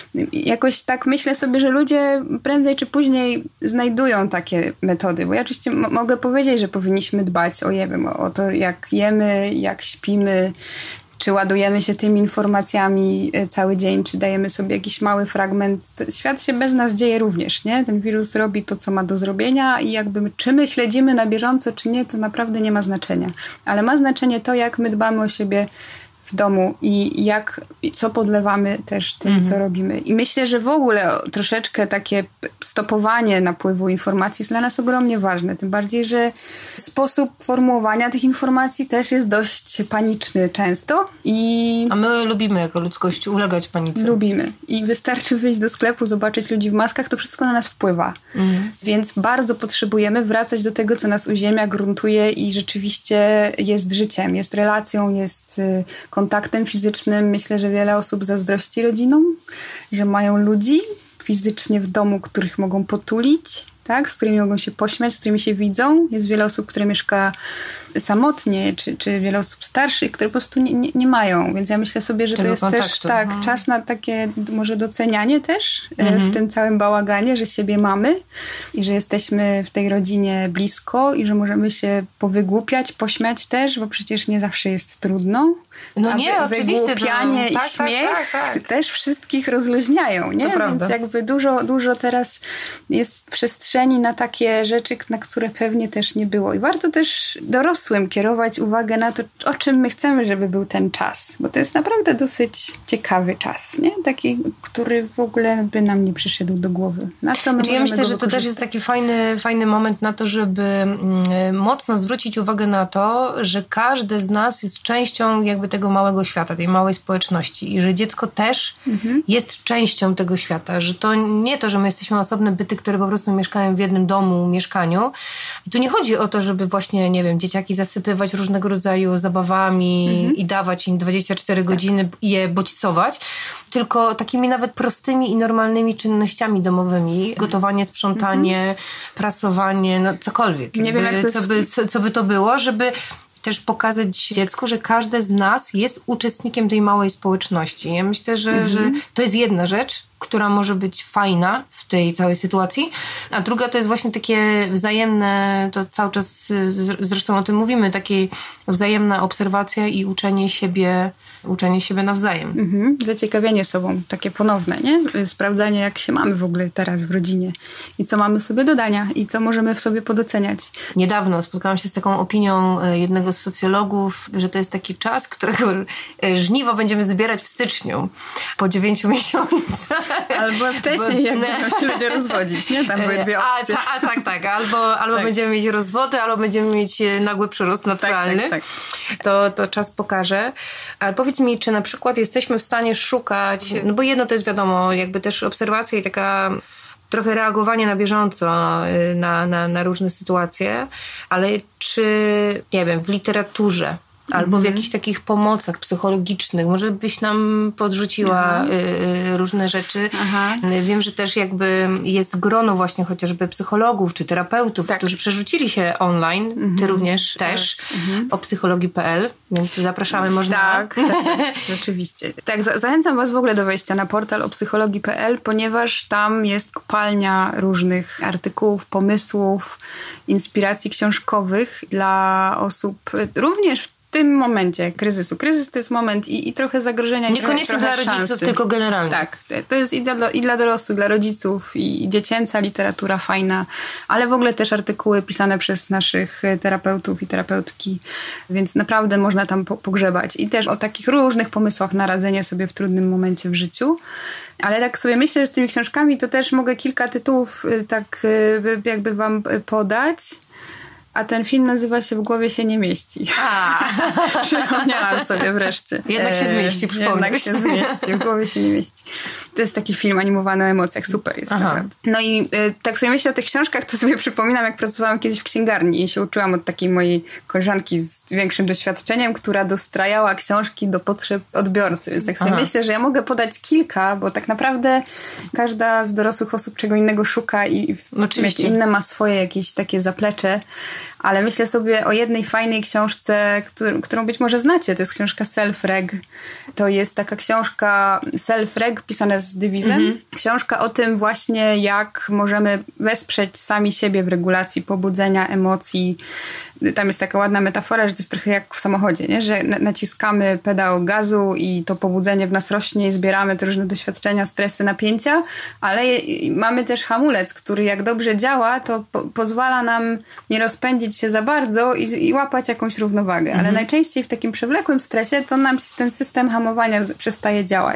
jakoś tak myślę sobie, że ludzie prędzej czy później znajdują takie metody, bo ja oczywiście m- mogę powiedzieć, że powinniśmy dbać o, je, o to, jak jemy, jak śpimy, czy ładujemy się tymi informacjami cały dzień, czy dajemy sobie jakiś mały fragment. Świat się bez nas dzieje również, nie? Ten wirus robi to, co ma do zrobienia i jakby czy my śledzimy na bieżąco, czy nie, to naprawdę nie ma znaczenia. Ale ma znaczenie to, jak my dbamy o siebie w domu i jak, co podlewamy też tym, mhm. co robimy. I myślę, że w ogóle troszeczkę takie stopowanie napływu informacji jest dla nas ogromnie ważne. Tym bardziej, że sposób formułowania tych informacji też jest dość paniczny często. I A my lubimy jako ludzkość ulegać panice. Lubimy. I wystarczy wyjść do sklepu, zobaczyć ludzi w maskach, to wszystko na nas wpływa. Mhm. Więc bardzo potrzebujemy wracać do tego, co nas uziemia, gruntuje i rzeczywiście jest życiem, jest relacją, jest kontaktem fizycznym. Myślę, że wiele osób zazdrości rodzinom, że mają ludzi fizycznie w domu, których mogą potulić, tak? Z którymi mogą się pośmiać, z którymi się widzą. Jest wiele osób, które mieszka samotnie, czy, czy wiele osób starszych, które po prostu nie, nie, nie mają. Więc ja myślę sobie, że tego to jest kontaktu. Też tak, mhm. czas na takie może docenianie też mhm. w tym całym bałaganie, że siebie mamy i że jesteśmy w tej rodzinie blisko i że możemy się powygłupiać, pośmiać też, bo przecież nie zawsze jest trudno. No a nie, wy, oczywiście. Wygłupianie to... i tak, śmiech tak, tak, tak. też wszystkich rozluźniają, nie? To prawda. Więc jakby dużo, dużo teraz jest przestrzeni na takie rzeczy, na które pewnie też nie było. I warto też dorosłym kierować uwagę na to, o czym my chcemy, żeby był ten czas. Bo to jest naprawdę dosyć ciekawy czas, nie? Taki, który w ogóle by nam nie przyszedł do głowy. Na co my znaczy, ja myślę, że to też jest taki fajny, fajny moment na to, żeby mocno zwrócić uwagę na to, że każdy z nas jest częścią jakby tego małego świata, tej małej społeczności i że dziecko też mhm. jest częścią tego świata, że to nie to, że my jesteśmy osobne byty, które po prostu mieszkają w jednym domu, mieszkaniu. I tu nie chodzi o to, żeby właśnie, nie wiem, dzieciaki zasypywać różnego rodzaju zabawami mhm. i dawać im dwadzieścia cztery godziny i je bodźcować, tylko takimi nawet prostymi i normalnymi czynnościami domowymi. Gotowanie, sprzątanie, mhm. prasowanie, no cokolwiek. Nie wiem, jak to co, by, co, co by to było, żeby też pokazać dziecku, że każdy z nas jest uczestnikiem tej małej społeczności. Ja myślę, że, mhm. że to jest jedna rzecz, która może być fajna w tej całej sytuacji, a druga to jest właśnie takie wzajemne, to cały czas zresztą o tym mówimy, takie wzajemna obserwacja i uczenie siebie, uczenie siebie nawzajem. Mhm. Zaciekawienie sobą, takie ponowne, nie? Sprawdzanie, jak się mamy w ogóle teraz w rodzinie i co mamy sobie do dania i co możemy w sobie podoceniać. Niedawno spotkałam się z taką opinią jednego z socjologów, że to jest taki czas, którego żniwo będziemy zbierać w styczniu po dziewięciu miesiącach. Albo wcześniej, bo, jak no. będą się ludzie rozwodzić, nie? Tam były dwie opcje. A, ta, a tak, tak. Albo, albo tak. będziemy mieć rozwody, albo będziemy mieć nagły przyrost naturalny. Tak, tak, tak. To, to czas pokaże. Ale powiedz mi, czy na przykład jesteśmy w stanie szukać, mhm. no bo jedno to jest wiadomo, jakby też obserwacja i taka trochę reagowanie na bieżąco na, na, na różne sytuacje, ale czy, nie wiem, w literaturze albo w jakichś takich pomocach psychologicznych. Może byś nam podrzuciła y, różne rzeczy. Aha. Wiem, że też jakby jest grono właśnie chociażby psychologów czy terapeutów, tak. którzy przerzucili się online. Mhm. Ty również tak. też. Mhm. O psychologii kropka pe el, więc zapraszamy, można. Tak, tak, rzeczywiście. Tak, zachęcam was w ogóle do wejścia na portal o psychologii kropka pe el, ponieważ tam jest kopalnia różnych artykułów, pomysłów, inspiracji książkowych dla osób również tym momencie kryzysu. Kryzys to jest moment i, i trochę zagrożenia. Niekoniecznie i trochę dla rodziców, szansy. tylko generalnie. Tak, to jest i dla, i dla dorosłych, dla rodziców, i dziecięca literatura fajna, ale w ogóle też artykuły pisane przez naszych terapeutów i terapeutki, więc naprawdę można tam pogrzebać. I też o takich różnych pomysłach na radzenie sobie w trudnym momencie w życiu. Ale tak sobie myślę, że z tymi książkami to też mogę kilka tytułów tak jakby wam podać. A ten film nazywa się W głowie się nie mieści. A. Przypomniałam sobie wreszcie. Jednak się zmieści, przypomnę. Jednak się zmieści, W głowie się nie mieści. To jest taki film animowany o emocjach. Super jest. Naprawdę. No i y, tak sobie myślę o tych książkach, to sobie przypominam, jak pracowałam kiedyś w księgarni i się uczyłam od takiej mojej koleżanki z większym doświadczeniem, która dostrajała książki do potrzeb odbiorcy. Więc tak sobie Aha. myślę, że ja mogę podać kilka, bo tak naprawdę każda z dorosłych osób czego innego szuka i Oczywiście. inne ma swoje jakieś takie zaplecze. Ale myślę sobie o jednej fajnej książce, którą, którą być może znacie. To jest książka Self-Reg. To jest taka książka Self-Reg pisana z dewizem. Mm-hmm. Książka o tym właśnie, jak możemy wesprzeć sami siebie w regulacji pobudzenia, emocji. Tam jest taka ładna metafora, że to jest trochę jak w samochodzie, nie? Że naciskamy pedał gazu i to pobudzenie w nas rośnie i zbieramy te różne doświadczenia, stresy, napięcia, ale mamy też hamulec, który jak dobrze działa, to po- pozwala nam nie rozpędzić się za bardzo i, i łapać jakąś równowagę. Mhm. Ale najczęściej w takim przewlekłym stresie to nam ten system hamowania przestaje działać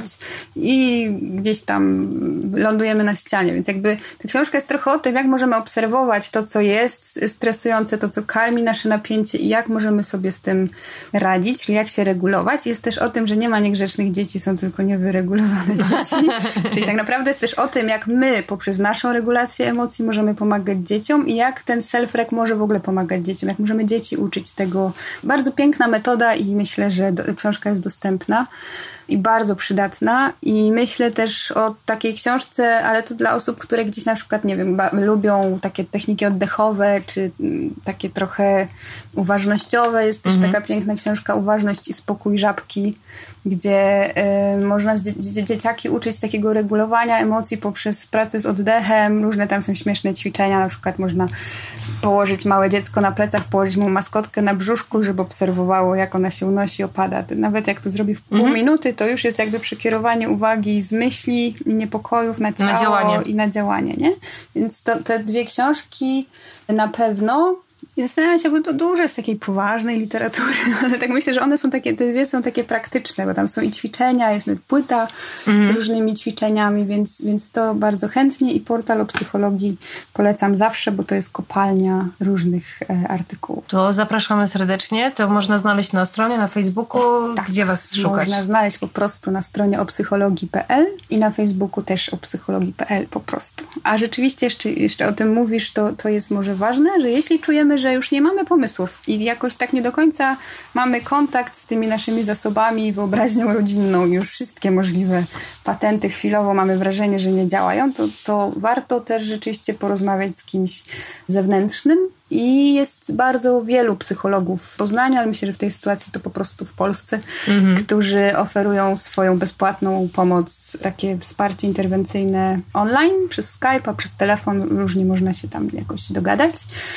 i gdzieś tam lądujemy na ścianie. Więc jakby ta książka jest trochę o tym, jak możemy obserwować to, co jest stresujące, to, co karmi nasze napięcie i jak możemy sobie z tym radzić, czyli jak się regulować. Jest też o tym, że nie ma niegrzecznych dzieci, są tylko niewyregulowane dzieci. Czyli tak naprawdę jest też o tym, jak my poprzez naszą regulację emocji możemy pomagać dzieciom i jak ten self-reg może w ogóle pomagać dzieciom, jak możemy dzieci uczyć tego. Bardzo piękna metoda i myślę, że do, książka jest dostępna i bardzo przydatna. I myślę też o takiej książce, ale to dla osób, które gdzieś na przykład, nie wiem, ba- lubią takie techniki oddechowe, czy m, takie trochę uważnościowe. Jest też mhm. taka piękna książka Uważność i spokój żabki, gdzie y, można dzie- dzie- dzieciaki uczyć takiego regulowania emocji poprzez pracę z oddechem. Różne tam są śmieszne ćwiczenia, na przykład można położyć małe dziecko na plecach, położyć mu maskotkę na brzuszku, żeby obserwowało, jak ona się unosi, opada. Nawet jak to zrobi w pół mhm. minuty, to już jest jakby przekierowanie uwagi z myśli i niepokojów na ciało na działanie. i na działanie, nie? Więc to, te dwie książki na pewno. I zastanawiam się, bo to dużo jest takiej poważnej literatury, ale tak myślę, że one są takie, te dwie są takie praktyczne, bo tam są i ćwiczenia, jest płyta mm. z różnymi ćwiczeniami, więc, więc to bardzo chętnie i portal o psychologii polecam zawsze, bo to jest kopalnia różnych e, artykułów. To zapraszamy serdecznie, to można znaleźć na stronie, na Facebooku, tak, gdzie was szukać? Można znaleźć po prostu na stronie o psychologii kropka p l i na Facebooku też o psychologii kropka p l po prostu. A rzeczywiście jeszcze, jeszcze o tym mówisz, to, to jest może ważne, że jeśli czujemy, że już nie mamy pomysłów i jakoś tak nie do końca mamy kontakt z tymi naszymi zasobami, wyobraźnią rodzinną, już wszystkie możliwe patenty chwilowo mamy wrażenie, że nie działają, to, to warto też rzeczywiście porozmawiać z kimś zewnętrznym. I jest bardzo wielu psychologów w Poznaniu, ale myślę, że w tej sytuacji to po prostu w Polsce, mhm. którzy oferują swoją bezpłatną pomoc, takie wsparcie interwencyjne online, przez Skype'a, przez telefon, różnie można się tam jakoś dogadać.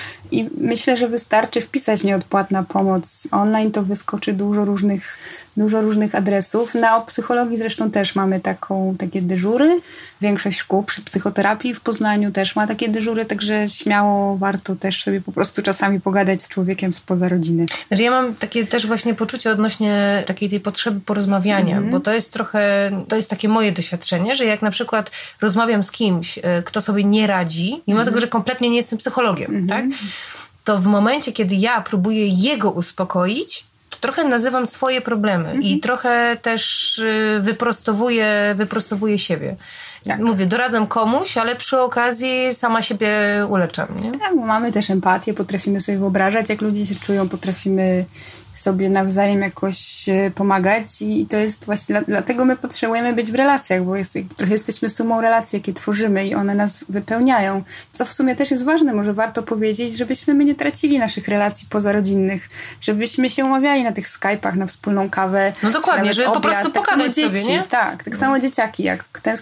I myślę, że wystarczy wpisać nieodpłatna pomoc online, to wyskoczy dużo różnych, dużo różnych adresów. Na psychologii zresztą też mamy taką, takie dyżury. Większość szkół przy psychoterapii w Poznaniu też ma takie dyżury, także śmiało warto też sobie po prostu czasami pogadać z człowiekiem spoza rodziny. Że ja mam takie też właśnie poczucie odnośnie takiej tej potrzeby porozmawiania, mm-hmm. bo to jest trochę, to jest takie moje doświadczenie, że jak na przykład rozmawiam z kimś, kto sobie nie radzi, mimo mm-hmm. tego, że kompletnie nie jestem psychologiem, mm-hmm. tak? To w momencie, kiedy ja próbuję jego uspokoić, to trochę nazywam swoje problemy mm-hmm. i trochę też wyprostowuję, wyprostowuję siebie. Tak. Mówię, doradzam komuś, ale przy okazji sama siebie uleczam, nie? Tak, bo mamy też empatię, potrafimy sobie wyobrażać, jak ludzie się czują, potrafimy sobie nawzajem jakoś pomagać i to jest właśnie, dlatego my potrzebujemy być w relacjach, bo jest, trochę jesteśmy sumą relacji, jakie tworzymy i one nas wypełniają. To w sumie też jest ważne, może warto powiedzieć, żebyśmy my nie tracili naszych relacji pozarodzinnych, żebyśmy się umawiali na tych Skype'ach, na wspólną kawę. No dokładnie, żeby obiad, po prostu tak pogadać samo sobie, dzieci, nie? Tak, tak samo dzieciaki, jak tęsknią za kolegą,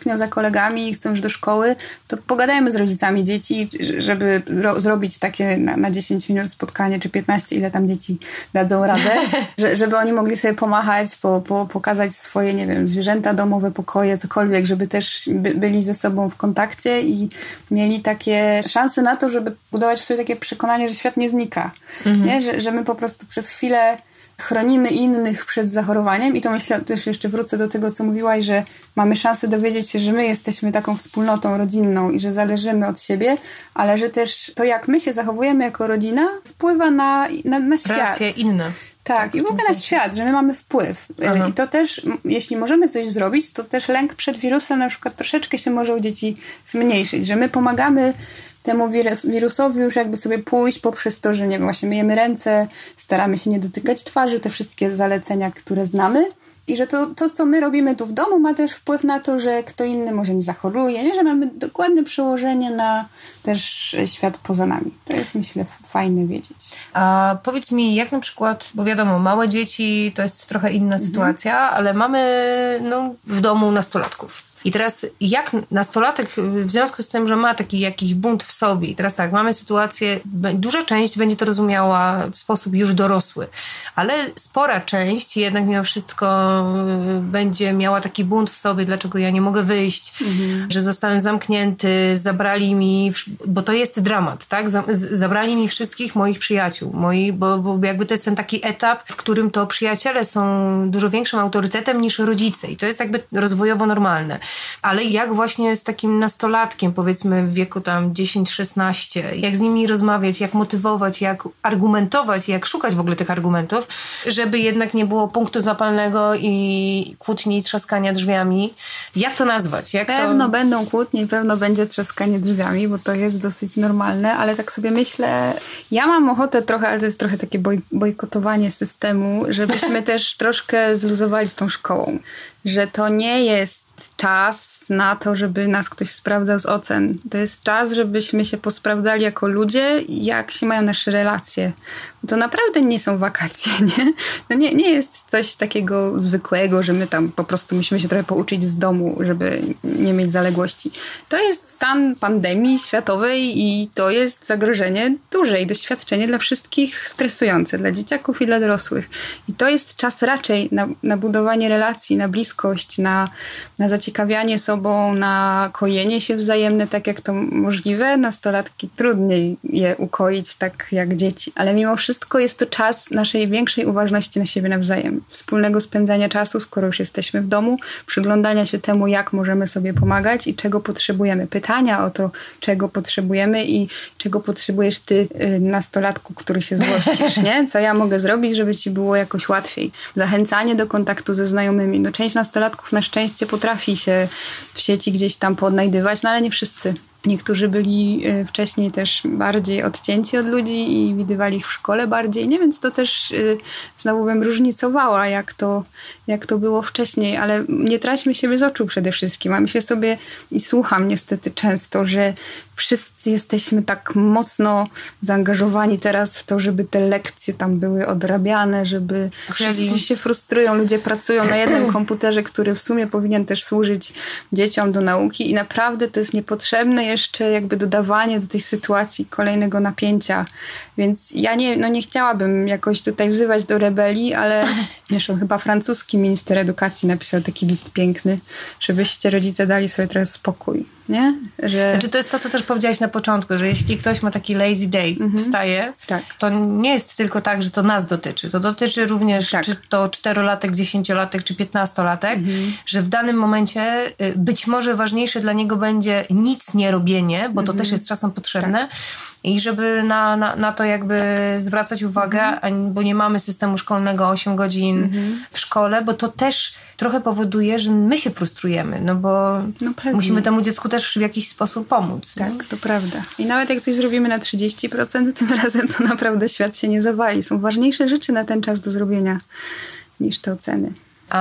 kolegami i chcą już do szkoły, to pogadajmy z rodzicami dzieci, żeby ro- zrobić takie na, na dziesięć minut spotkanie, czy piętnaście, ile tam dzieci dadzą radę, że, żeby oni mogli sobie pomachać, po, po, pokazać swoje, nie wiem, zwierzęta domowe, pokoje, cokolwiek, żeby też by, byli ze sobą w kontakcie i mieli takie szanse na to, żeby budować w sobie takie przekonanie, że świat nie znika. Mhm. Nie? Że, że my po prostu przez chwilę chronimy innych przed zachorowaniem i to myślę, też jeszcze wrócę do tego, co mówiłaś, że mamy szansę dowiedzieć się, że my jesteśmy taką wspólnotą rodzinną i że zależymy od siebie, ale że też to, jak my się zachowujemy jako rodzina, wpływa na, na, na świat. Relacje inne. Tak, i w ogóle na świat, że my mamy wpływ. Aha. I to też, jeśli możemy coś zrobić, to też lęk przed wirusem na przykład troszeczkę się może u dzieci zmniejszyć, że my pomagamy temu wirus, wirusowi już jakby sobie pójść poprzez to, że nie wiem, właśnie myjemy ręce, staramy się nie dotykać twarzy, te wszystkie zalecenia, które znamy. I że to, to, co my robimy tu w domu, ma też wpływ na to, że kto inny może nie zachoruje, nie? Że mamy dokładne przełożenie na też świat poza nami. To jest, myślę, fajne wiedzieć. A powiedz mi, jak na przykład, bo wiadomo, małe dzieci to jest trochę inna mhm. sytuacja, ale mamy no, w domu nastolatków. I teraz jak nastolatek w związku z tym, że ma taki jakiś bunt w sobie i teraz tak, mamy sytuację, duża część będzie to rozumiała w sposób już dorosły, ale spora część jednak mimo wszystko będzie miała taki bunt w sobie, dlaczego ja nie mogę wyjść, mhm. że zostałem zamknięty, zabrali mi, bo to jest dramat, tak? Zabrali mi wszystkich moich przyjaciół, moi, bo, bo jakby to jest ten taki etap, w którym to przyjaciele są dużo większym autorytetem niż rodzice i to jest jakby rozwojowo normalne. Ale jak właśnie z takim nastolatkiem, powiedzmy w wieku tam dziesięć szesnaście, jak z nimi rozmawiać, jak motywować, jak argumentować, jak szukać w ogóle tych argumentów, żeby jednak nie było punktu zapalnego i kłótni i trzaskania drzwiami. Jak to nazwać? Jak pewno to... będą kłótnie i pewno będzie trzaskanie drzwiami, bo to jest dosyć normalne, ale tak sobie myślę, ja mam ochotę trochę, ale to jest trochę takie boj- bojkotowanie systemu, żebyśmy też troszkę zluzowali z tą szkołą. Że to nie jest czas na to, żeby nas ktoś sprawdzał z ocen. To jest czas, żebyśmy się posprawdzali jako ludzie, jak się mają nasze relacje. To naprawdę nie są wakacje, nie? No nie, nie jest coś takiego zwykłego, że my tam po prostu musimy się trochę pouczyć z domu, żeby nie mieć zaległości. To jest stan pandemii światowej i to jest zagrożenie duże i doświadczenie dla wszystkich stresujące, dla dzieciaków i dla dorosłych. I to jest czas raczej na, na budowanie relacji, na bliskość, na, na zaciekawianie sobą, na kojenie się wzajemne, tak jak to możliwe. Nastolatki trudniej je ukoić tak jak dzieci, ale mimo wszystko jest to czas naszej większej uważności na siebie nawzajem. Wspólnego spędzania czasu, skoro już jesteśmy w domu, przyglądania się temu, jak możemy sobie pomagać i czego potrzebujemy. Pytania o to, czego potrzebujemy i czego potrzebujesz ty, nastolatku, który się złościsz, nie? Co ja mogę zrobić, żeby ci było jakoś łatwiej. Zachęcanie do kontaktu ze znajomymi. No, część nastolatków na szczęście potrafi się w sieci gdzieś tam poodnajdywać, no ale nie wszyscy. Niektórzy byli wcześniej też bardziej odcięci od ludzi i widywali ich w szkole bardziej, nie? Więc to też znowu bym różnicowała, jak to, jak to było wcześniej, ale nie traćmy siebie z oczu przede wszystkim. A myślę sobie i słucham niestety często, że wszyscy jesteśmy tak mocno zaangażowani teraz w to, żeby te lekcje tam były odrabiane, żeby wszyscy się frustrują, ludzie pracują na jednym komputerze, który w sumie powinien też służyć dzieciom do nauki i naprawdę to jest niepotrzebne jeszcze jakby dodawanie do tej sytuacji kolejnego napięcia. Więc ja nie, no nie chciałabym jakoś tutaj wzywać do rebelii, ale zresztą chyba francuski minister edukacji napisał taki list piękny, żebyście rodzice dali sobie trochę spokój. Nie? Że... Znaczy to jest to, co też powiedziałaś na początku, że jeśli ktoś ma taki lazy day, mhm. wstaje, tak. to nie jest tylko tak, że to nas dotyczy. To dotyczy również tak. czy to czterolatek, dziesięciolatek, czy piętnastolatek, mhm. że w danym momencie być może ważniejsze dla niego będzie nic nie robienie, bo to mhm. też jest czasem potrzebne. Tak. I żeby na, na, na to jakby zwracać uwagę, mm-hmm. bo nie mamy systemu szkolnego osiem godzin mm-hmm. w szkole, bo to też trochę powoduje, że my się frustrujemy, no bo no musimy temu dziecku też w jakiś sposób pomóc. Tak, nie? To prawda. I nawet jak coś zrobimy na trzydzieści procent, tym razem to naprawdę świat się nie zawali. Są ważniejsze rzeczy na ten czas do zrobienia niż te oceny.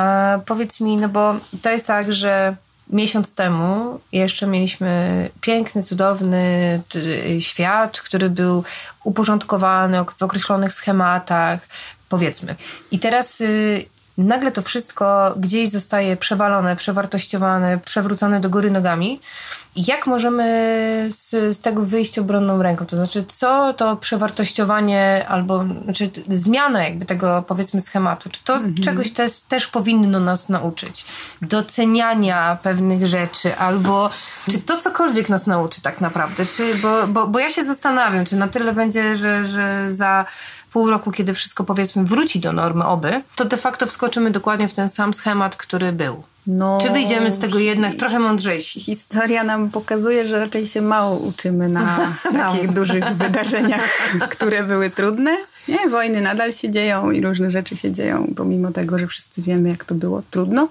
A powiedz mi, no bo to jest tak, że miesiąc temu jeszcze mieliśmy piękny, cudowny świat, który był uporządkowany w określonych schematach, powiedzmy. I teraz nagle to wszystko gdzieś zostaje przewalone, przewartościowane, przewrócone do góry nogami. Jak możemy z, z tego wyjść obronną ręką? To znaczy, co to przewartościowanie albo znaczy, zmiana jakby tego, powiedzmy, schematu? Czy to mhm. czegoś też, też powinno nas nauczyć? Doceniania pewnych rzeczy albo czy to cokolwiek nas nauczy tak naprawdę? Czy, bo, bo, bo ja się zastanawiam, czy na tyle będzie, że, że za pół roku, kiedy wszystko, powiedzmy, wróci do normy oby, to de facto wskoczymy dokładnie w ten sam schemat, który był. No, czy wyjdziemy z tego jednak trochę mądrzejsi? Historia nam pokazuje, że raczej się mało uczymy na takich dużych wydarzeniach, które były trudne. Nie, wojny nadal się dzieją i różne rzeczy się dzieją, pomimo tego, że wszyscy wiemy, jak to było trudno.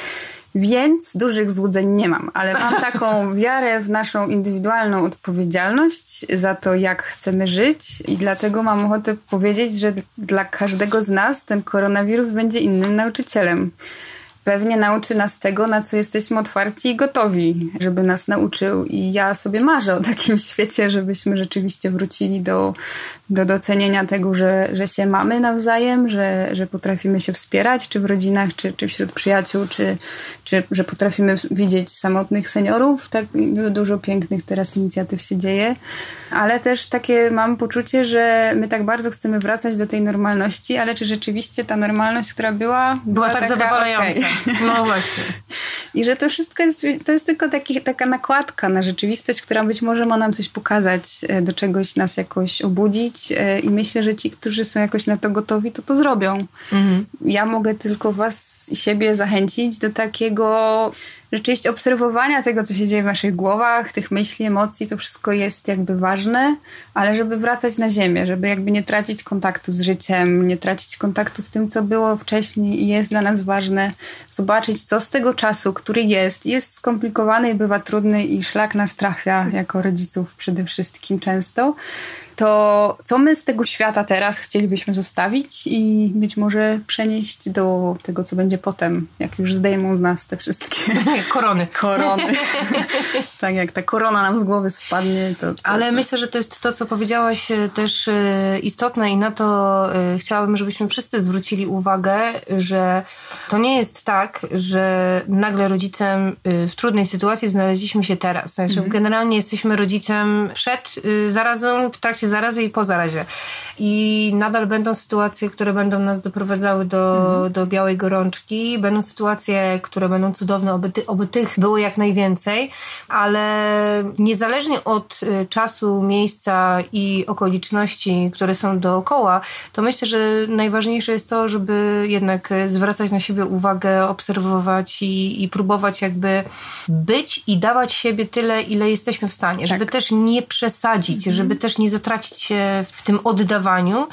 Więc dużych złudzeń nie mam, ale mam taką wiarę w naszą indywidualną odpowiedzialność za to, jak chcemy żyć i dlatego mam ochotę powiedzieć, że dla każdego z nas ten koronawirus będzie innym nauczycielem. Pewnie nauczy nas tego, na co jesteśmy otwarci i gotowi, żeby nas nauczył. I ja sobie marzę o takim świecie, żebyśmy rzeczywiście wrócili do, do docenienia tego, że, że się mamy nawzajem, że, że potrafimy się wspierać, czy w rodzinach, czy, czy wśród przyjaciół, czy, czy że potrafimy widzieć samotnych seniorów. Tak dużo pięknych teraz inicjatyw się dzieje. Ale też takie mam poczucie, że my tak bardzo chcemy wracać do tej normalności, ale czy rzeczywiście ta normalność, która była, była, była tak taka, zadowalająca. Okay. No właśnie. I że to wszystko jest, to jest tylko taki, taka nakładka na rzeczywistość, która być może ma nam coś pokazać, do czegoś nas jakoś obudzić i myślę, że ci, którzy są jakoś na to gotowi, to to zrobią. Mhm. Ja mogę tylko was i siebie zachęcić do takiego rzeczywiście obserwowania tego, co się dzieje w naszych głowach, tych myśli, emocji, to wszystko jest jakby ważne, ale żeby wracać na ziemię, żeby jakby nie tracić kontaktu z życiem, nie tracić kontaktu z tym, co było wcześniej i jest dla nas ważne, zobaczyć, co z tego czasu, który jest, jest skomplikowany i bywa trudny i szlak nas trafia jako rodziców przede wszystkim często, to co my z tego świata teraz chcielibyśmy zostawić i być może przenieść do tego, co będzie potem, jak już zdejmą z nas te wszystkie korony. Korony. Tak, jak ta korona nam z głowy spadnie. To, to Ale co? myślę, że to jest to, co powiedziałaś, też istotne i na to chciałabym, żebyśmy wszyscy zwrócili uwagę, że to nie jest tak, że nagle rodzicem w trudnej sytuacji znaleźliśmy się teraz. Znaczy, mhm. generalnie jesteśmy rodzicem przed zarazą, w trakcie zarazy i po zarazie. I nadal będą sytuacje, które będą nas doprowadzały do, mhm. do białej gorączki. Będą sytuacje, które będą cudowne, oby, ty, oby tych było jak najwięcej, ale niezależnie od czasu, miejsca i okoliczności, które są dookoła, to myślę, że najważniejsze jest to, żeby jednak zwracać na siebie uwagę, obserwować i, i próbować jakby być i dawać siebie tyle, ile jesteśmy w stanie. Tak. Żeby też nie przesadzić, mhm. żeby też nie zatracić się w tym oddawaniu,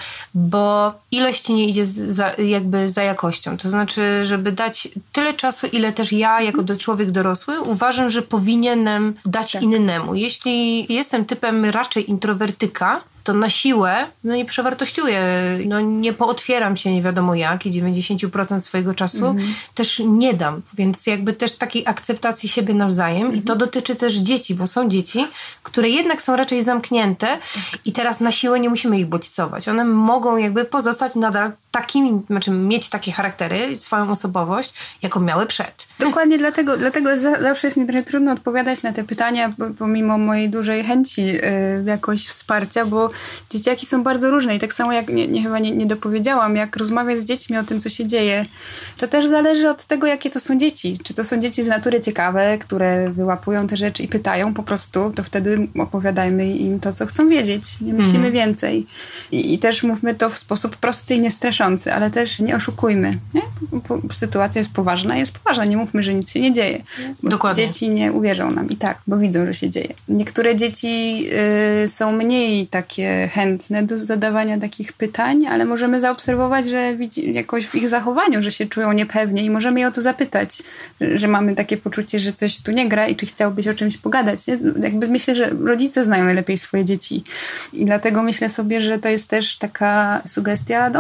bo ilość nie idzie za, jakby za jakością. To znaczy, żeby dać tyle czasu, ile też ja, jako do człowiek dorosły, uważam, że powinienem dać tak. innemu. Jeśli jestem typem raczej introwertyka, to na siłę no nie przewartościuję, no nie pootwieram się nie wiadomo jak i dziewięćdziesiąt procent swojego czasu mm-hmm. też nie dam. Więc jakby też takiej akceptacji siebie nawzajem mm-hmm. i to dotyczy też dzieci, bo są dzieci, które jednak są raczej zamknięte okay. i teraz na siłę nie musimy ich bodźcować. One mogą jakby pozostać nadal takimi, znaczy mieć takie charaktery, swoją osobowość, jaką miały przed. Dokładnie dlatego, dlatego zawsze jest mi trochę trudno odpowiadać na te pytania, pomimo mojej dużej chęci yy, jakoś wsparcia, bo dzieciaki są bardzo różne i tak samo jak nie, nie chyba nie, nie dopowiedziałam, jak rozmawiać z dziećmi o tym, co się dzieje, to też zależy od tego, jakie to są dzieci. Czy to są dzieci z natury ciekawe, które wyłapują te rzeczy i pytają po prostu, to wtedy opowiadajmy im to, co chcą wiedzieć. Nie musimy mm. więcej. I, I też mówmy to w sposób prosty i niestraszący, ale też nie oszukujmy. Nie? Sytuacja jest poważna, jest poważna. Nie mówmy, że nic się nie dzieje. Bo Dokładnie. Dzieci nie uwierzą nam i tak, bo widzą, że się dzieje. Niektóre dzieci y, są mniej takie chętne do zadawania takich pytań, ale możemy zaobserwować, że widzi, jakoś w ich zachowaniu, że się czują niepewnie i możemy je o to zapytać, że mamy takie poczucie, że coś tu nie gra i czy chciałbyś o czymś pogadać. Nie? Jakby myślę, że rodzice znają najlepiej swoje dzieci i dlatego myślę sobie, że to jest też taka sugestia do nas, dorosłych,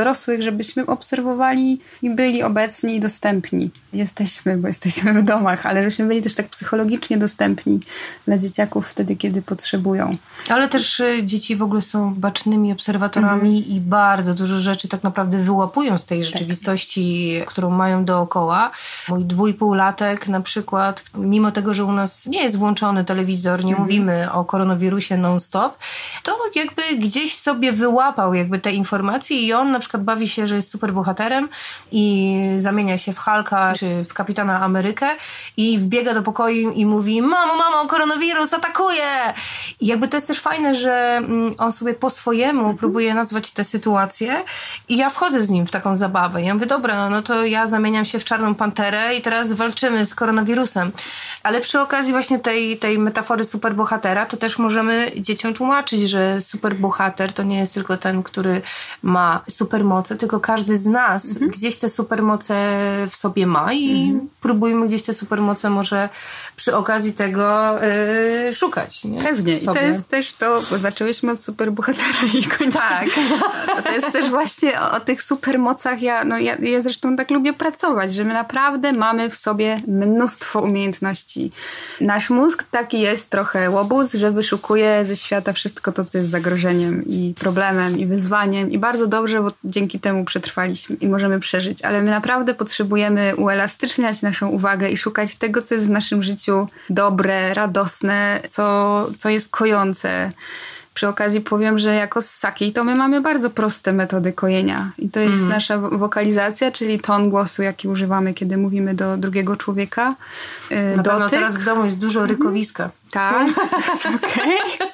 dorosłych, żebyśmy obserwowali i byli obecni i dostępni. Jesteśmy, bo jesteśmy w domach, ale żebyśmy byli też tak psychologicznie dostępni dla dzieciaków wtedy, kiedy potrzebują. Ale też dzieci w ogóle są bacznymi obserwatorami mhm. i bardzo dużo rzeczy tak naprawdę wyłapują z tej rzeczywistości, tak. którą mają dookoła. Mój dwójpółlatek na przykład, mimo tego, że u nas nie jest włączony telewizor, nie mhm. mówimy o koronawirusie non-stop, to jakby gdzieś sobie wyłapał jakby te informacje i on na przykład bawi się, że jest superbohaterem i zamienia się w Hulka czy w Kapitana Amerykę i wbiega do pokoju i mówi: mamo, mamo, koronawirus atakuje! I jakby to jest też fajne, że on sobie po swojemu mhm. próbuje nazwać tę sytuację i ja wchodzę z nim w taką zabawę. Ja mówię: dobra, no to ja zamieniam się w czarną panterę i teraz walczymy z koronawirusem. Ale przy okazji właśnie tej, tej metafory superbohatera to też możemy dzieciom tłumaczyć, że superbohater to nie jest tylko ten, który ma supermoce, tylko każdy z nas mhm. gdzieś te supermoce w sobie ma i mhm. próbujmy gdzieś te supermoce może przy okazji tego yy, szukać. Nie? Pewnie. I to jest też to, bo zaczęłyśmy od superbohatera i kończymy. Tak. To jest też właśnie o, o tych supermocach. Ja, no ja, ja zresztą tak lubię pracować, że my naprawdę mamy w sobie mnóstwo umiejętności. Nasz mózg taki jest trochę łobuz, że wyszukuje ze świata wszystko to, co jest zagrożeniem i problemem i wyzwaniem i bardzo dobrze, bo dzięki temu przetrwaliśmy i możemy przeżyć, ale my naprawdę potrzebujemy uelastyczniać naszą uwagę i szukać tego, co jest w naszym życiu dobre, radosne, co, co jest kojące. Przy okazji powiem, że jako ssaki to my mamy bardzo proste metody kojenia i to jest mm. nasza wokalizacja, czyli ton głosu, jaki używamy, kiedy mówimy do drugiego człowieka. Na pewno teraz w domu jest dużo rykowiska. Tak, okej.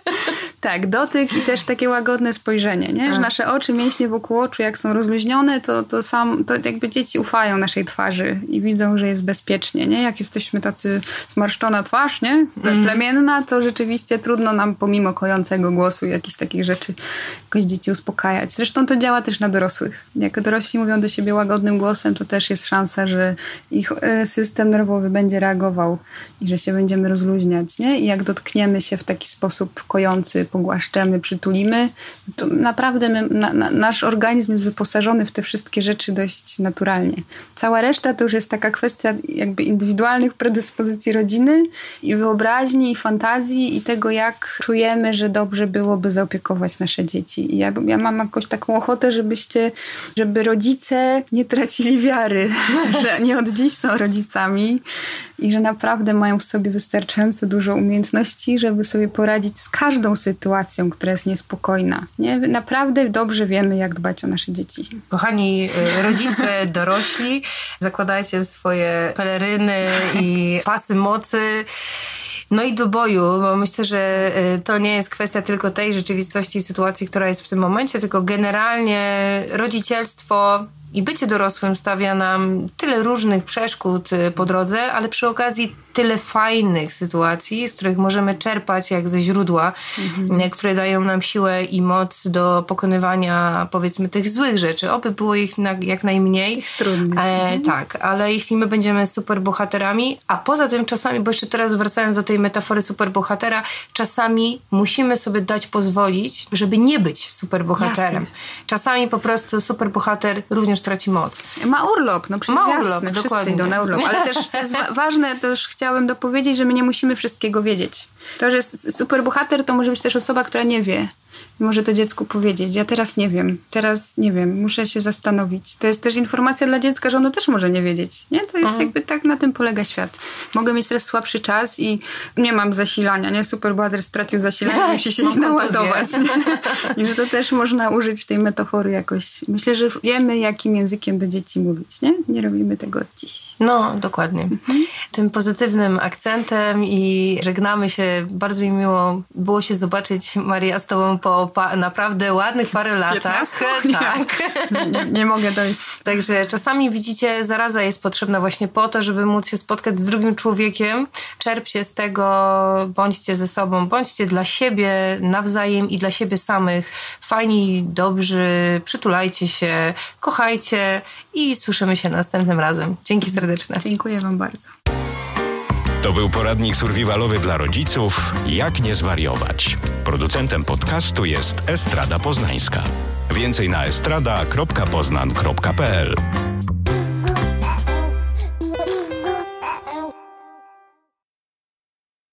Tak, dotyk i też takie łagodne spojrzenie, nie? Że nasze oczy, mięśnie wokół oczu, jak są rozluźnione, to, to, sam, to jakby dzieci ufają naszej twarzy i widzą, że jest bezpiecznie, nie? Jak jesteśmy tacy zmarszczona twarz, nie? Plemienna, to rzeczywiście trudno nam pomimo kojącego głosu jakichś takich rzeczy jakoś dzieci uspokajać. Zresztą to działa też na dorosłych. Jak dorośli mówią do siebie łagodnym głosem, to też jest szansa, że ich system nerwowy będzie reagował i że się będziemy rozluźniać, nie? I jak dotkniemy się w taki sposób kojący, pogłaszczemy, przytulimy, to naprawdę my, na, na, nasz organizm jest wyposażony w te wszystkie rzeczy dość naturalnie. Cała reszta to już jest taka kwestia jakby indywidualnych predyspozycji rodziny i wyobraźni, i fantazji i tego, jak czujemy, że dobrze byłoby zaopiekować nasze dzieci. I ja, ja mam jakąś taką ochotę, żebyście, żeby rodzice nie tracili wiary, że nie od dziś są rodzicami i że naprawdę mają w sobie wystarczająco dużo umiejętności, żeby sobie poradzić z każdą sytuacją, która jest niespokojna. Nie? Naprawdę dobrze wiemy, jak dbać o nasze dzieci. Kochani rodzice, dorośli, zakładajcie swoje peleryny i pasy mocy. No i do boju, bo myślę, że to nie jest kwestia tylko tej rzeczywistości i sytuacji, która jest w tym momencie, tylko generalnie rodzicielstwo i bycie dorosłym stawia nam tyle różnych przeszkód po drodze, ale przy okazji tyle fajnych sytuacji, z których możemy czerpać jak ze źródła, mhm. które dają nam siłę i moc do pokonywania, powiedzmy, tych złych rzeczy. Oby było ich na, jak najmniej. Trudnych. E, tak, ale jeśli my będziemy superbohaterami, a poza tym czasami, bo jeszcze teraz wracając do tej metafory superbohatera, czasami musimy sobie dać pozwolić, żeby nie być superbohaterem. Jasne. Czasami po prostu superbohater również traci moc. Ma urlop, no przecież Ma jasne, urlop, wszyscy dokładnie. idą na urlop. Ale też to jest wa- ważne, to już chciałam dopowiedzieć, że my nie musimy wszystkiego wiedzieć. To, że jest superbohater, to może być też osoba, która nie wie. Może to dziecku powiedzieć: ja teraz nie wiem, teraz nie wiem, muszę się zastanowić. To jest też informacja dla dziecka, że ono też może nie wiedzieć. Nie? To jest Aha. jakby tak, na tym polega świat. Mogę mieć teraz słabszy czas i nie mam zasilania, nie? Superbohater stracił zasilanie, musi się iść naładować. I że to też można użyć tej metafory jakoś. Myślę, że wiemy, jakim językiem do dzieci mówić, nie? Nie robimy tego od dziś. No, dokładnie. Mhm. Tym pozytywnym akcentem i żegnamy się. Bardzo mi miło było się zobaczyć, Maria, z tobą po pa- naprawdę ładnych parę latach. Tak. Nie, nie mogę dojść. Także czasami widzicie, zaraza jest potrzebna właśnie po to, żeby móc się spotkać z drugim człowiekiem. Czerpcie z tego, bądźcie ze sobą, bądźcie dla siebie nawzajem i dla siebie samych fajni, dobrzy, przytulajcie się, kochajcie i słyszymy się następnym razem. Dzięki serdeczne. Dziękuję wam bardzo. To był poradnik survivalowy dla rodziców Jak nie zwariować. Producentem podcastu jest Estrada Poznańska. Więcej na estrada kropka poznan kropka p l.